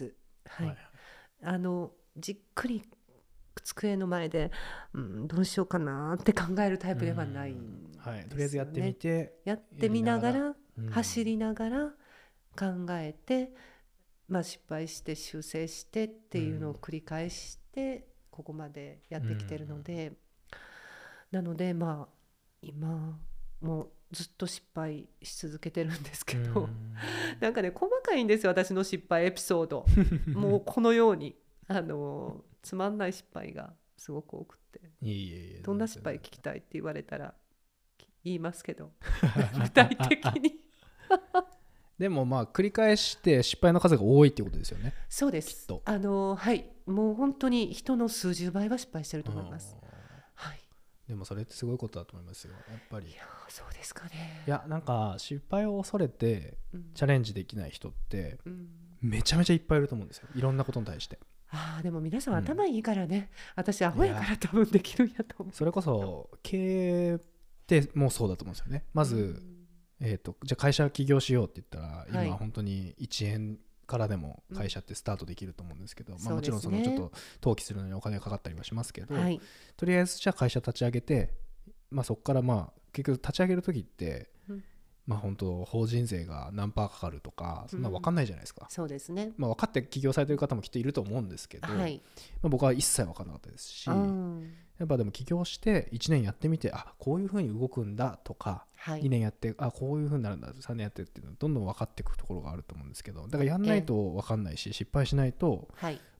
じっくり机の前で、どうしようかなって考えるタイプではないんですよね。 とりあえずやってみて、 やってみながら、走りながら考えて、失敗して修正してっていうのを繰り返してここまでやってきてるので、なので今もうずっと失敗し続けてるんですけど、なんかね細かいんですよ、私の失敗エピソード。もうこのようにつまんない失敗がすごく多くて、どんな失敗聞きたいって言われたら言いますけど具体的にでも繰り返して失敗の数が多いってことですよね。 そうです。はい、もう本当に人の数十倍は失敗してると思います。はい。 でもそれってすごいことだと思いますよ、やっぱり。 いやそうですかね。 いやなんか失敗を恐れてチャレンジできない人ってめちゃめちゃいっぱいいると思うんですよ、いろんなことに対して。 でも皆さん頭いいからね、私アホやから多分できるんやと思う。 それこそ経営ってもうそうだと思うんですよね。まず、じゃあ会社起業しようって言ったら、今本当に1円からでも会社ってスタートできると思うんですけど、もちろんそのちょっと登記するのにお金がかかったりはしますけど、とりあえずじゃあ会社立ち上げて、そこから結局立ち上げる時って、本当法人税が何パーかかるとかそんな分かんないじゃないですか。 そうですね。 分かって起業されてる方もきっといると思うんですけど、僕は一切分からなかったですし、やっぱでも起業して1年やってみて、こういう風に動くんだとか、2年やってこういう風になるんだ、3年やってっていうのどんどん分かっていくところがあると思うんですけど、だからやんないと分かんないし、失敗しないと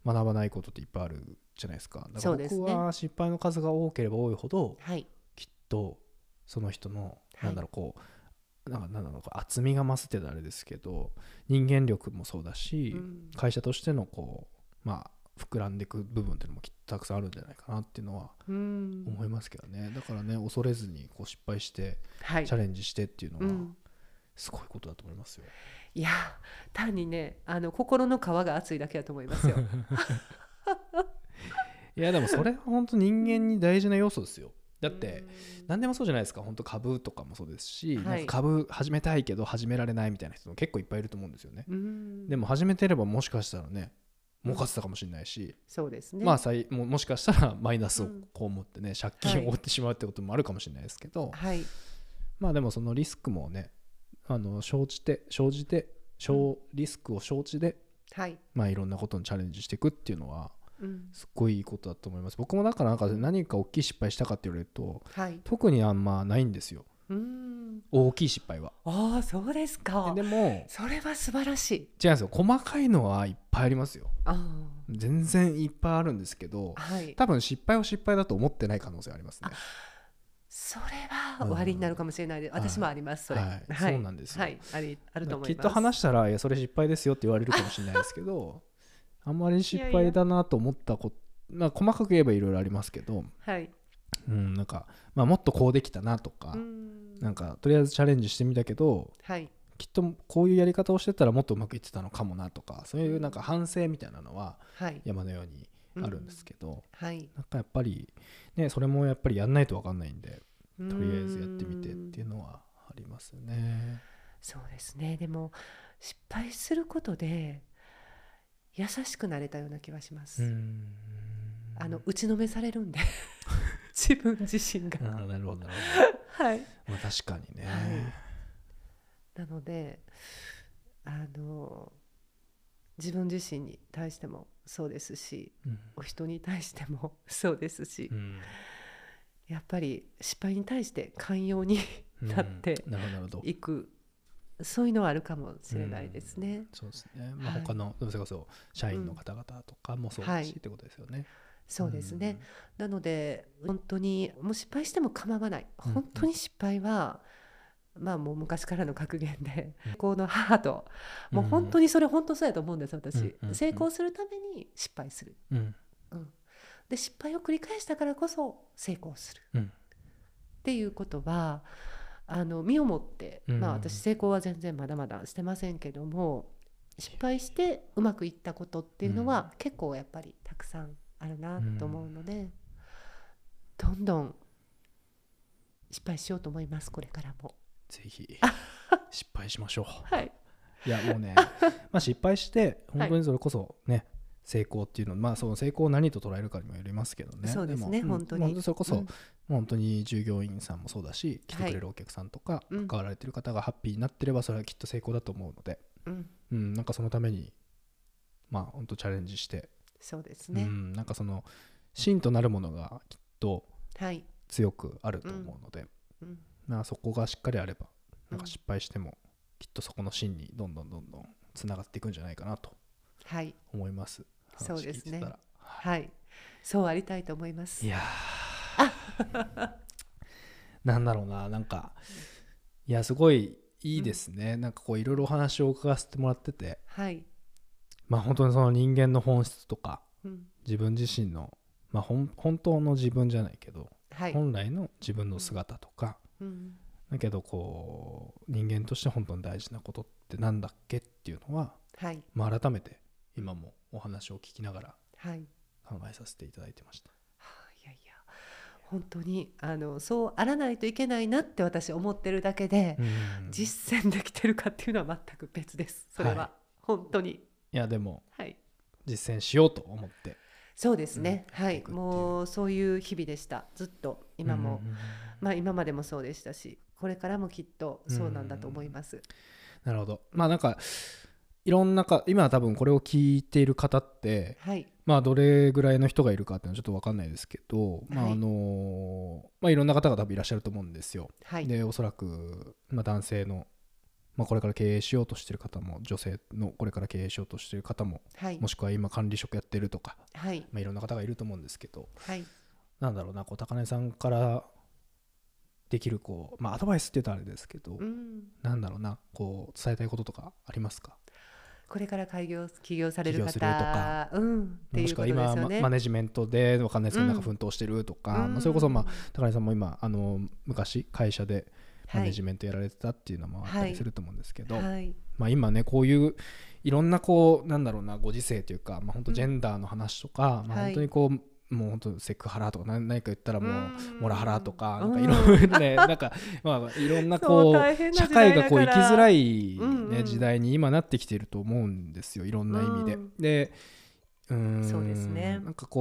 学ばないことっていっぱいあるじゃないですか。だからそうですね僕は失敗の数が多ければ多いほどはいきっとその人のはいなんだろうこうなんだろう厚みが増すって言うとあれですけど人間力もそうだし、会社としてのこうまあ膨らんでいく部分っていうのもきっとたくさんあるんじゃないかなっていうのは思いますけどね。だからね恐れずにこう失敗してはいチャレンジしてっていうのはすごいことだと思いますよ。 いや単にね心の皮が厚いだけだと思いますよいやでもそれは本当人間に大事な要素ですよ。だって何でもそうじゃないですか。本当株とかもそうですし、 はいなんか株始めたいけど始められないみたいな人も結構いっぱいいると思うんですよね。でも始めてればもしかしたらね儲かってたかもしれないし、 そうですねまあもしかしたらマイナスをこう持ってね、借金を負ってしまうってこともあるかもしれないですけど、 はいまあでもそのリスクもね生じてリスクを承知で、 はいまあいろんなことにチャレンジしていくっていうのはすっごいいいことだと思います。僕もだからなんか何か大きい失敗したかって言われると、 はい、 特にあんまないんですよ。大きい失敗は。 ああそうですか。 でもそれは素晴らしい。 違うんですよ。細かいのはいっぱいありますよ。全然いっぱいあるんですけど、 はい、 多分失敗を失敗だと思ってない可能性ありますね。 それは終わりになるかもしれないです、私もありますそれ、 はいはい、そうなんですよ、 はい、あると思います。 きっと話したらいやそれ失敗ですよって言われるかもしれないですけどあんまり失敗だなと思ったことまあ、細かく言えばいろいろありますけど、 はい、 なんか、まあ、もっとこうできたなとか、なんかとりあえずチャレンジしてみたけど、 はい、 きっとこういうやり方をしてたらもっとうまくいってたのかもなとか、そういうなんか反省みたいなのは山のようにあるんですけど、はい、なんかやっぱりねそれもやっぱりやんないと分かんないんで、とりあえずやってみてっていうのはありますね。 そうですね。でも失敗することで優しくなれたような気がします。打ちのめされるんで自分自身がなるほどなるほどはい、 まあ、確かにね、はい、 なので自分自身に対してもそうですし、お人に対してもそうですし、やっぱり失敗に対して寛容になっていく、そういうのはあるかもしれないですね。 そうですね。まあ、他のそれこそ社員の方々とかもそうだし、ってことですよね。 そうですね。なので本当にもう失敗しても構わない。本当に失敗は、まあもう昔からの格言で、成功の母と、もう本当にそれ本当そうやと思うんです私。成功するために失敗する。で失敗を繰り返したからこそ成功する、っていうことは身をもって、まあ私成功は全然まだまだしてませんけども、失敗してうまくいったことっていうのは結構やっぱりたくさんあるなと思うので、どんどん失敗しようと思います。これからもぜひ失敗しましょう。 はい、 いやもうね、まあ、失敗して本当にそれこそね、はい、成功っていうのは、まあその成功を何と捉えるかにもよりますけどね。 そうですね、本当にそれこそ、本当に従業員さんもそうだし、来てくれるお客さんとか、関わられてる方がハッピーになってればそれはきっと成功だと思うので、なんかそのためにまあ本当チャレンジして、 そうですね、 なんかその芯となるものがきっと強くあると思うので、そこがしっかりあればなんか失敗してもきっとそこの芯にどんどんつながっていくんじゃないかなと思います。 そうですね。はい、そうありたいと思います。 いやなんだろうな、なんかいやすごいいいですね。なんかこういろいろお話を伺わせてもらってて、まあ本当にその人間の本質とか、自分自身のまあ本当の自分じゃないけど、本来の自分の姿とか、だけどこう人間として本当に大事なことってなんだっけっていうのは、まあ改めて今もお話を聞きながら考えさせていただいてました。 いやいや本当にそうあらないといけないなって私思ってるだけで、実践できてるかっていうのは全く別です。それは、本当にいやでも、実践しようと思ってそうですね、もうそういう日々でした。ずっと今も、まあ今までもそうでしたし、これからもきっとそうなんだと思います。 なるほど。まあなんかいろんな今多分これを聞いている方って、まあどれぐらいの人がいるかっていうのはちょっと分かんないですけど、まあまあいろんな方が多分いらっしゃると思うんですよ。でおそらく、まあ、男性のこれから経営しようとしている方も、女性のこれから経営しようとしている方も、 はい、 もしくは今管理職やってるとか、 はい、 いろんな方がいると思うんですけど、 はいなんだろうな、高根さんからできるアドバイスって言うとあれですけど、なんだろうな、伝えたいこととかありますか？ これから起業される方起業するとか、 っていうことですよね。 もしくは今マネジメントでわかんないですけど、なんか奮闘してるとか、それこそ高根さんも今昔会社でマネジメントやられてたっていうのもあったりすると思うんですけど、今ね、こういういろんななんだろうな、ご時世というか、本当ジェンダーの話とか、本当にもう本当セクハラとか何か言ったらもうモラハラとか、なんかいろいろね、なんかいろんな社会が生きづらいね時代に今なってきていると思うんですよ、いろんな意味で。で、 そうですね。 なんか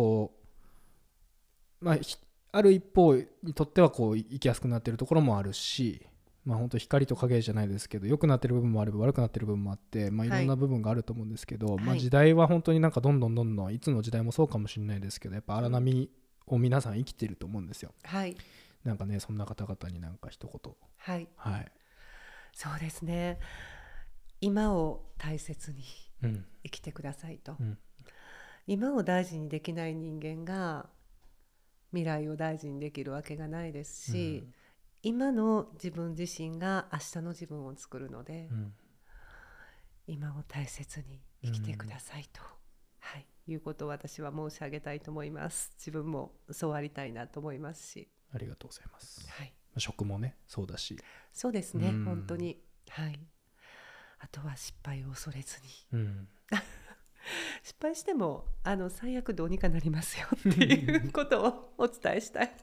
ある一方にとっては生きやすくなっているところもあるし、本当光と影じゃないですけど、良くなってる部分もあれば悪くなってる部分もあって、いろんな部分があると思うんですけど、時代は本当になんかどんどんいつの時代もそうかもしれないですけど、やっぱ荒波を皆さん生きてると思うんですよ。なんかね、そんな方々になんか一言。 そうですね。今を大切に生きてくださいと、今を大事にできない人間が未来を大事にできるわけがないですし、今の自分自身が明日の自分を作るので、今を大切に生きてくださいと、いうことを私は申し上げたいと思います。自分もそうありたいなと思いますし。 ありがとうございます。職もね、そうだし。 そうですね、本当に。あとは失敗を恐れずに。失敗しても最悪どうにかなりますよっていうことをお伝えしたい。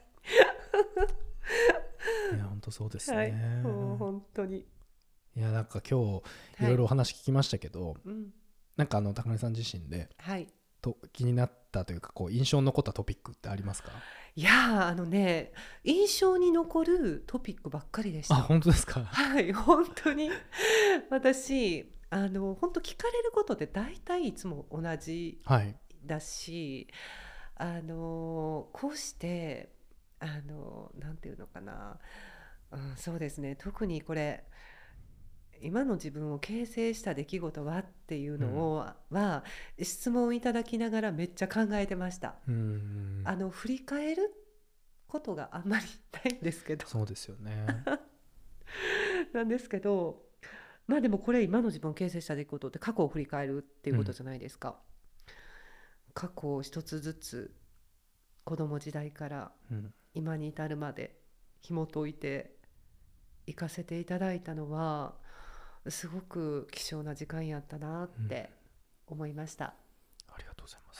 いや本当そうですね。 もう本当に。 いやなんか今日いろいろお話聞きましたけど、なんか高根さん自身で、気になったというか印象に残ったトピックってありますか？ いや印象に残るトピックばっかりでした。 本当ですか？ 本当に私本当聞かれることって大体いつも同じだし、こうしてなんていうのかな、そうですね、特にこれ今の自分を形成した出来事はっていうのを、質問いただきながらめっちゃ考えてました。振り返ることがあんまりないんですけど。 そうですよね。 なんですけど、でもこれ今の自分を形成した出来事って過去を振り返るっていうことじゃないですか。過去を一つずつ子供時代から今に至るまで紐解いていかせていただいたのはすごく貴重な時間やったなって思いました。 ありがとうございます。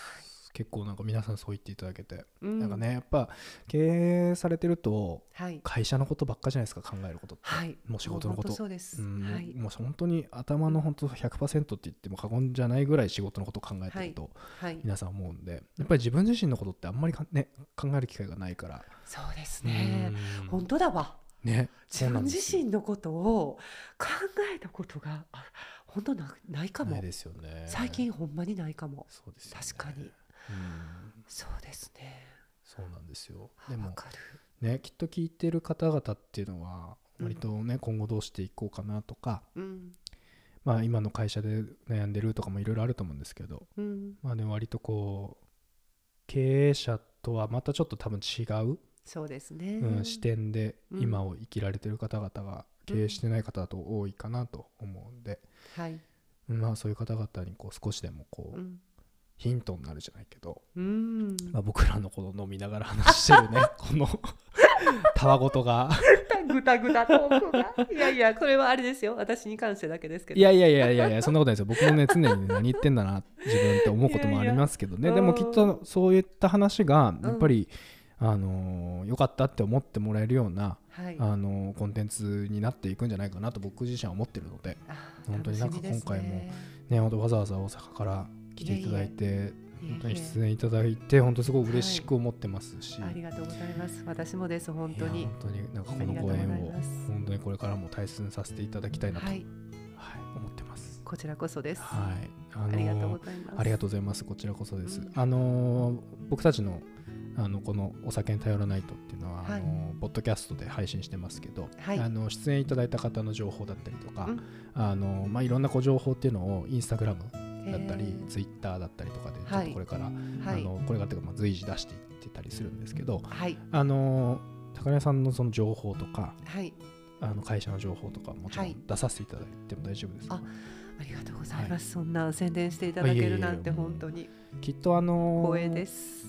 結構なんか皆さんそう言っていただけて、なんかね、やっぱ経営されてると会社のことばっかじゃないですか、考えることって、もう仕事のこと、 そうです、 もう本当に頭の本当 100% って言っても過言じゃないぐらい仕事のことを考えてると皆さん思うんで、やっぱり自分自身のことってあんまり考える機会がないから。 そうですね、本当だわね、自分自身のことを考えたことが本当ないかも。 ないですよね。 最近ほんまにないかも。 そうですよね、 確かに。そうですね。 そうなんですよ。でもね、きっと聞いてる方々っていうのは割とね、今後どうしていこうかなとか、今の会社で悩んでるとかもいろいろあると思うんですけど、でも割と経営者とはまたちょっと多分違う、 そうですね、 視点で今を生きられてる方々が経営してない方だと多いかなと思うんで、そういう方々に少しでもヒントになるじゃないけど、僕らの飲みながら話してるねこのたわごとがぐたぐたトークがいやこれはあれですよ、私に関してだけですけど。 いやそんなことないですよ。僕もね常に、何言ってんだな自分って思うこともありますけどね。でもきっとそういった話がやっぱり、良かったって思ってもらえるような、コンテンツになっていくんじゃないかなと僕自身は思ってるので、本当になんか今回もね、本当わざわざ大阪から来ていただいて、本当に出演いただいて本当すごく嬉しく思ってますし、 ありがとうございます。私もです。本当になんかこのご縁を本当にこれからも大切にさせていただきたいなと、思ってます。 こちらこそです。 ありがとうございます。 ありがとうございます。こちらこそです。僕たちのこのお酒に頼らないとっていうのは、 はい、 ポッドキャストで配信してますけど、 はい、 出演いただいた方の情報だったりとか、 うんいろんな情報っていうのをインスタグラムだったりツイッターだったりとかでちょっとこれから、これからというか随時出していってたりするんですけど、 はい、 高根さんのその情報とか、 はい、 会社の情報とかもちろん出させていただいても大丈夫ですか？ ありがとうございます、そんな宣伝していただけるなんて本当にきっと光栄です。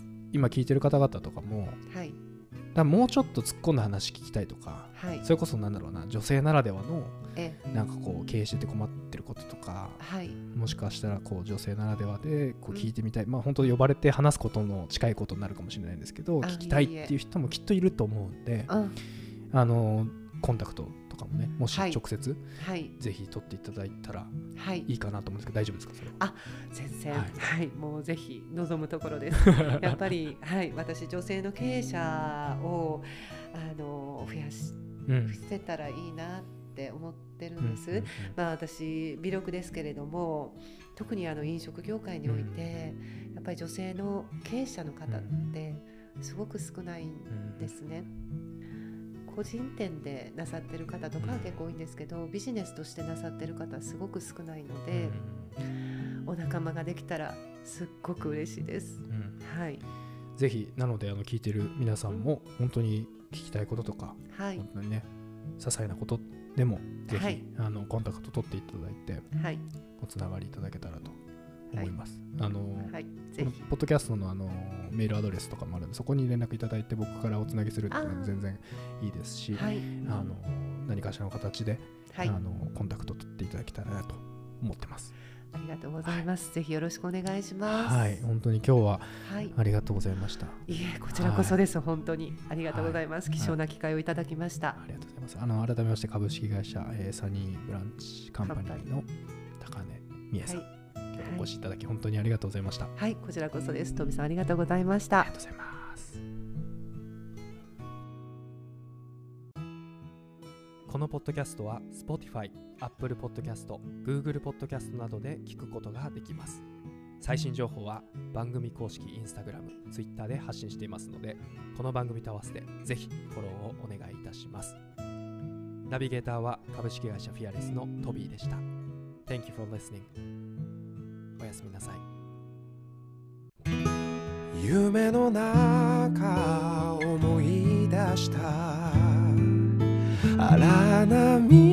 今聞いてる方々とかも、 はい、 だもうちょっと突っ込んだ話聞きたいとか、 はい、 それこそなんだろうな、女性ならではのなんか経営してて困ってることとか、 はい、 もしかしたら女性ならではで聞いてみたい、本当に呼ばれて話すことの近いことになるかもしれないんですけど、聞きたいっていう人もきっといると思うんで、コンタクトとかもね、もし直接、ぜひ取っていただいたらいいかなと思うんですけど、大丈夫ですか？それは全然、もうぜひ望むところです。やっぱり、私女性の経営者を増やしてたらいいなって思ってるんです。私微力ですけれども、特に飲食業界において、やっぱり女性の経営者の方ってすごく少ないんですね。個人店でなさってる方とかは結構多いんですけど、ビジネスとしてなさってる方はすごく少ないので、お仲間ができたらすっごく嬉しいです。 ぜひなので聞いてる皆さんも本当に聞きたいこととか、本当にね、些細なことでもぜひ、コンタクト取っていただいて、おつながりいただけたらと思います。ぜひポッドキャストのメールアドレスとかもあるので、そこに連絡いただいて僕からおつなぎするっていうのは全然いいですし、何かしらの形で、コンタクト取っていただけたらなと思ってます。 ありがとうございます。ぜひよろしくお願いします。 本当に今日はありがとうございました。 いえ、こちらこそです。本当にありがとうございます。貴重な機会をいただきました。 ありがとうございます。改めまして株式会社、サニーブランチカンパニーの高根美恵さん、今日お越しいただき本当にありがとうございました。 こちらこそです。トビさん、ありがとうございました。 ありがとうございます。このポッドキャストは Spotify、Apple Podcast、Google Podcast などで聞くことができます。最新情報は番組公式 Instagram、Twitter で発信していますので、この番組と合わせてぜひフォローをお願いいたします。ナビゲーターは株式会社フィアレスのトビーでした。Thank you for listening. おやすみなさい。 夢の中思い出した荒波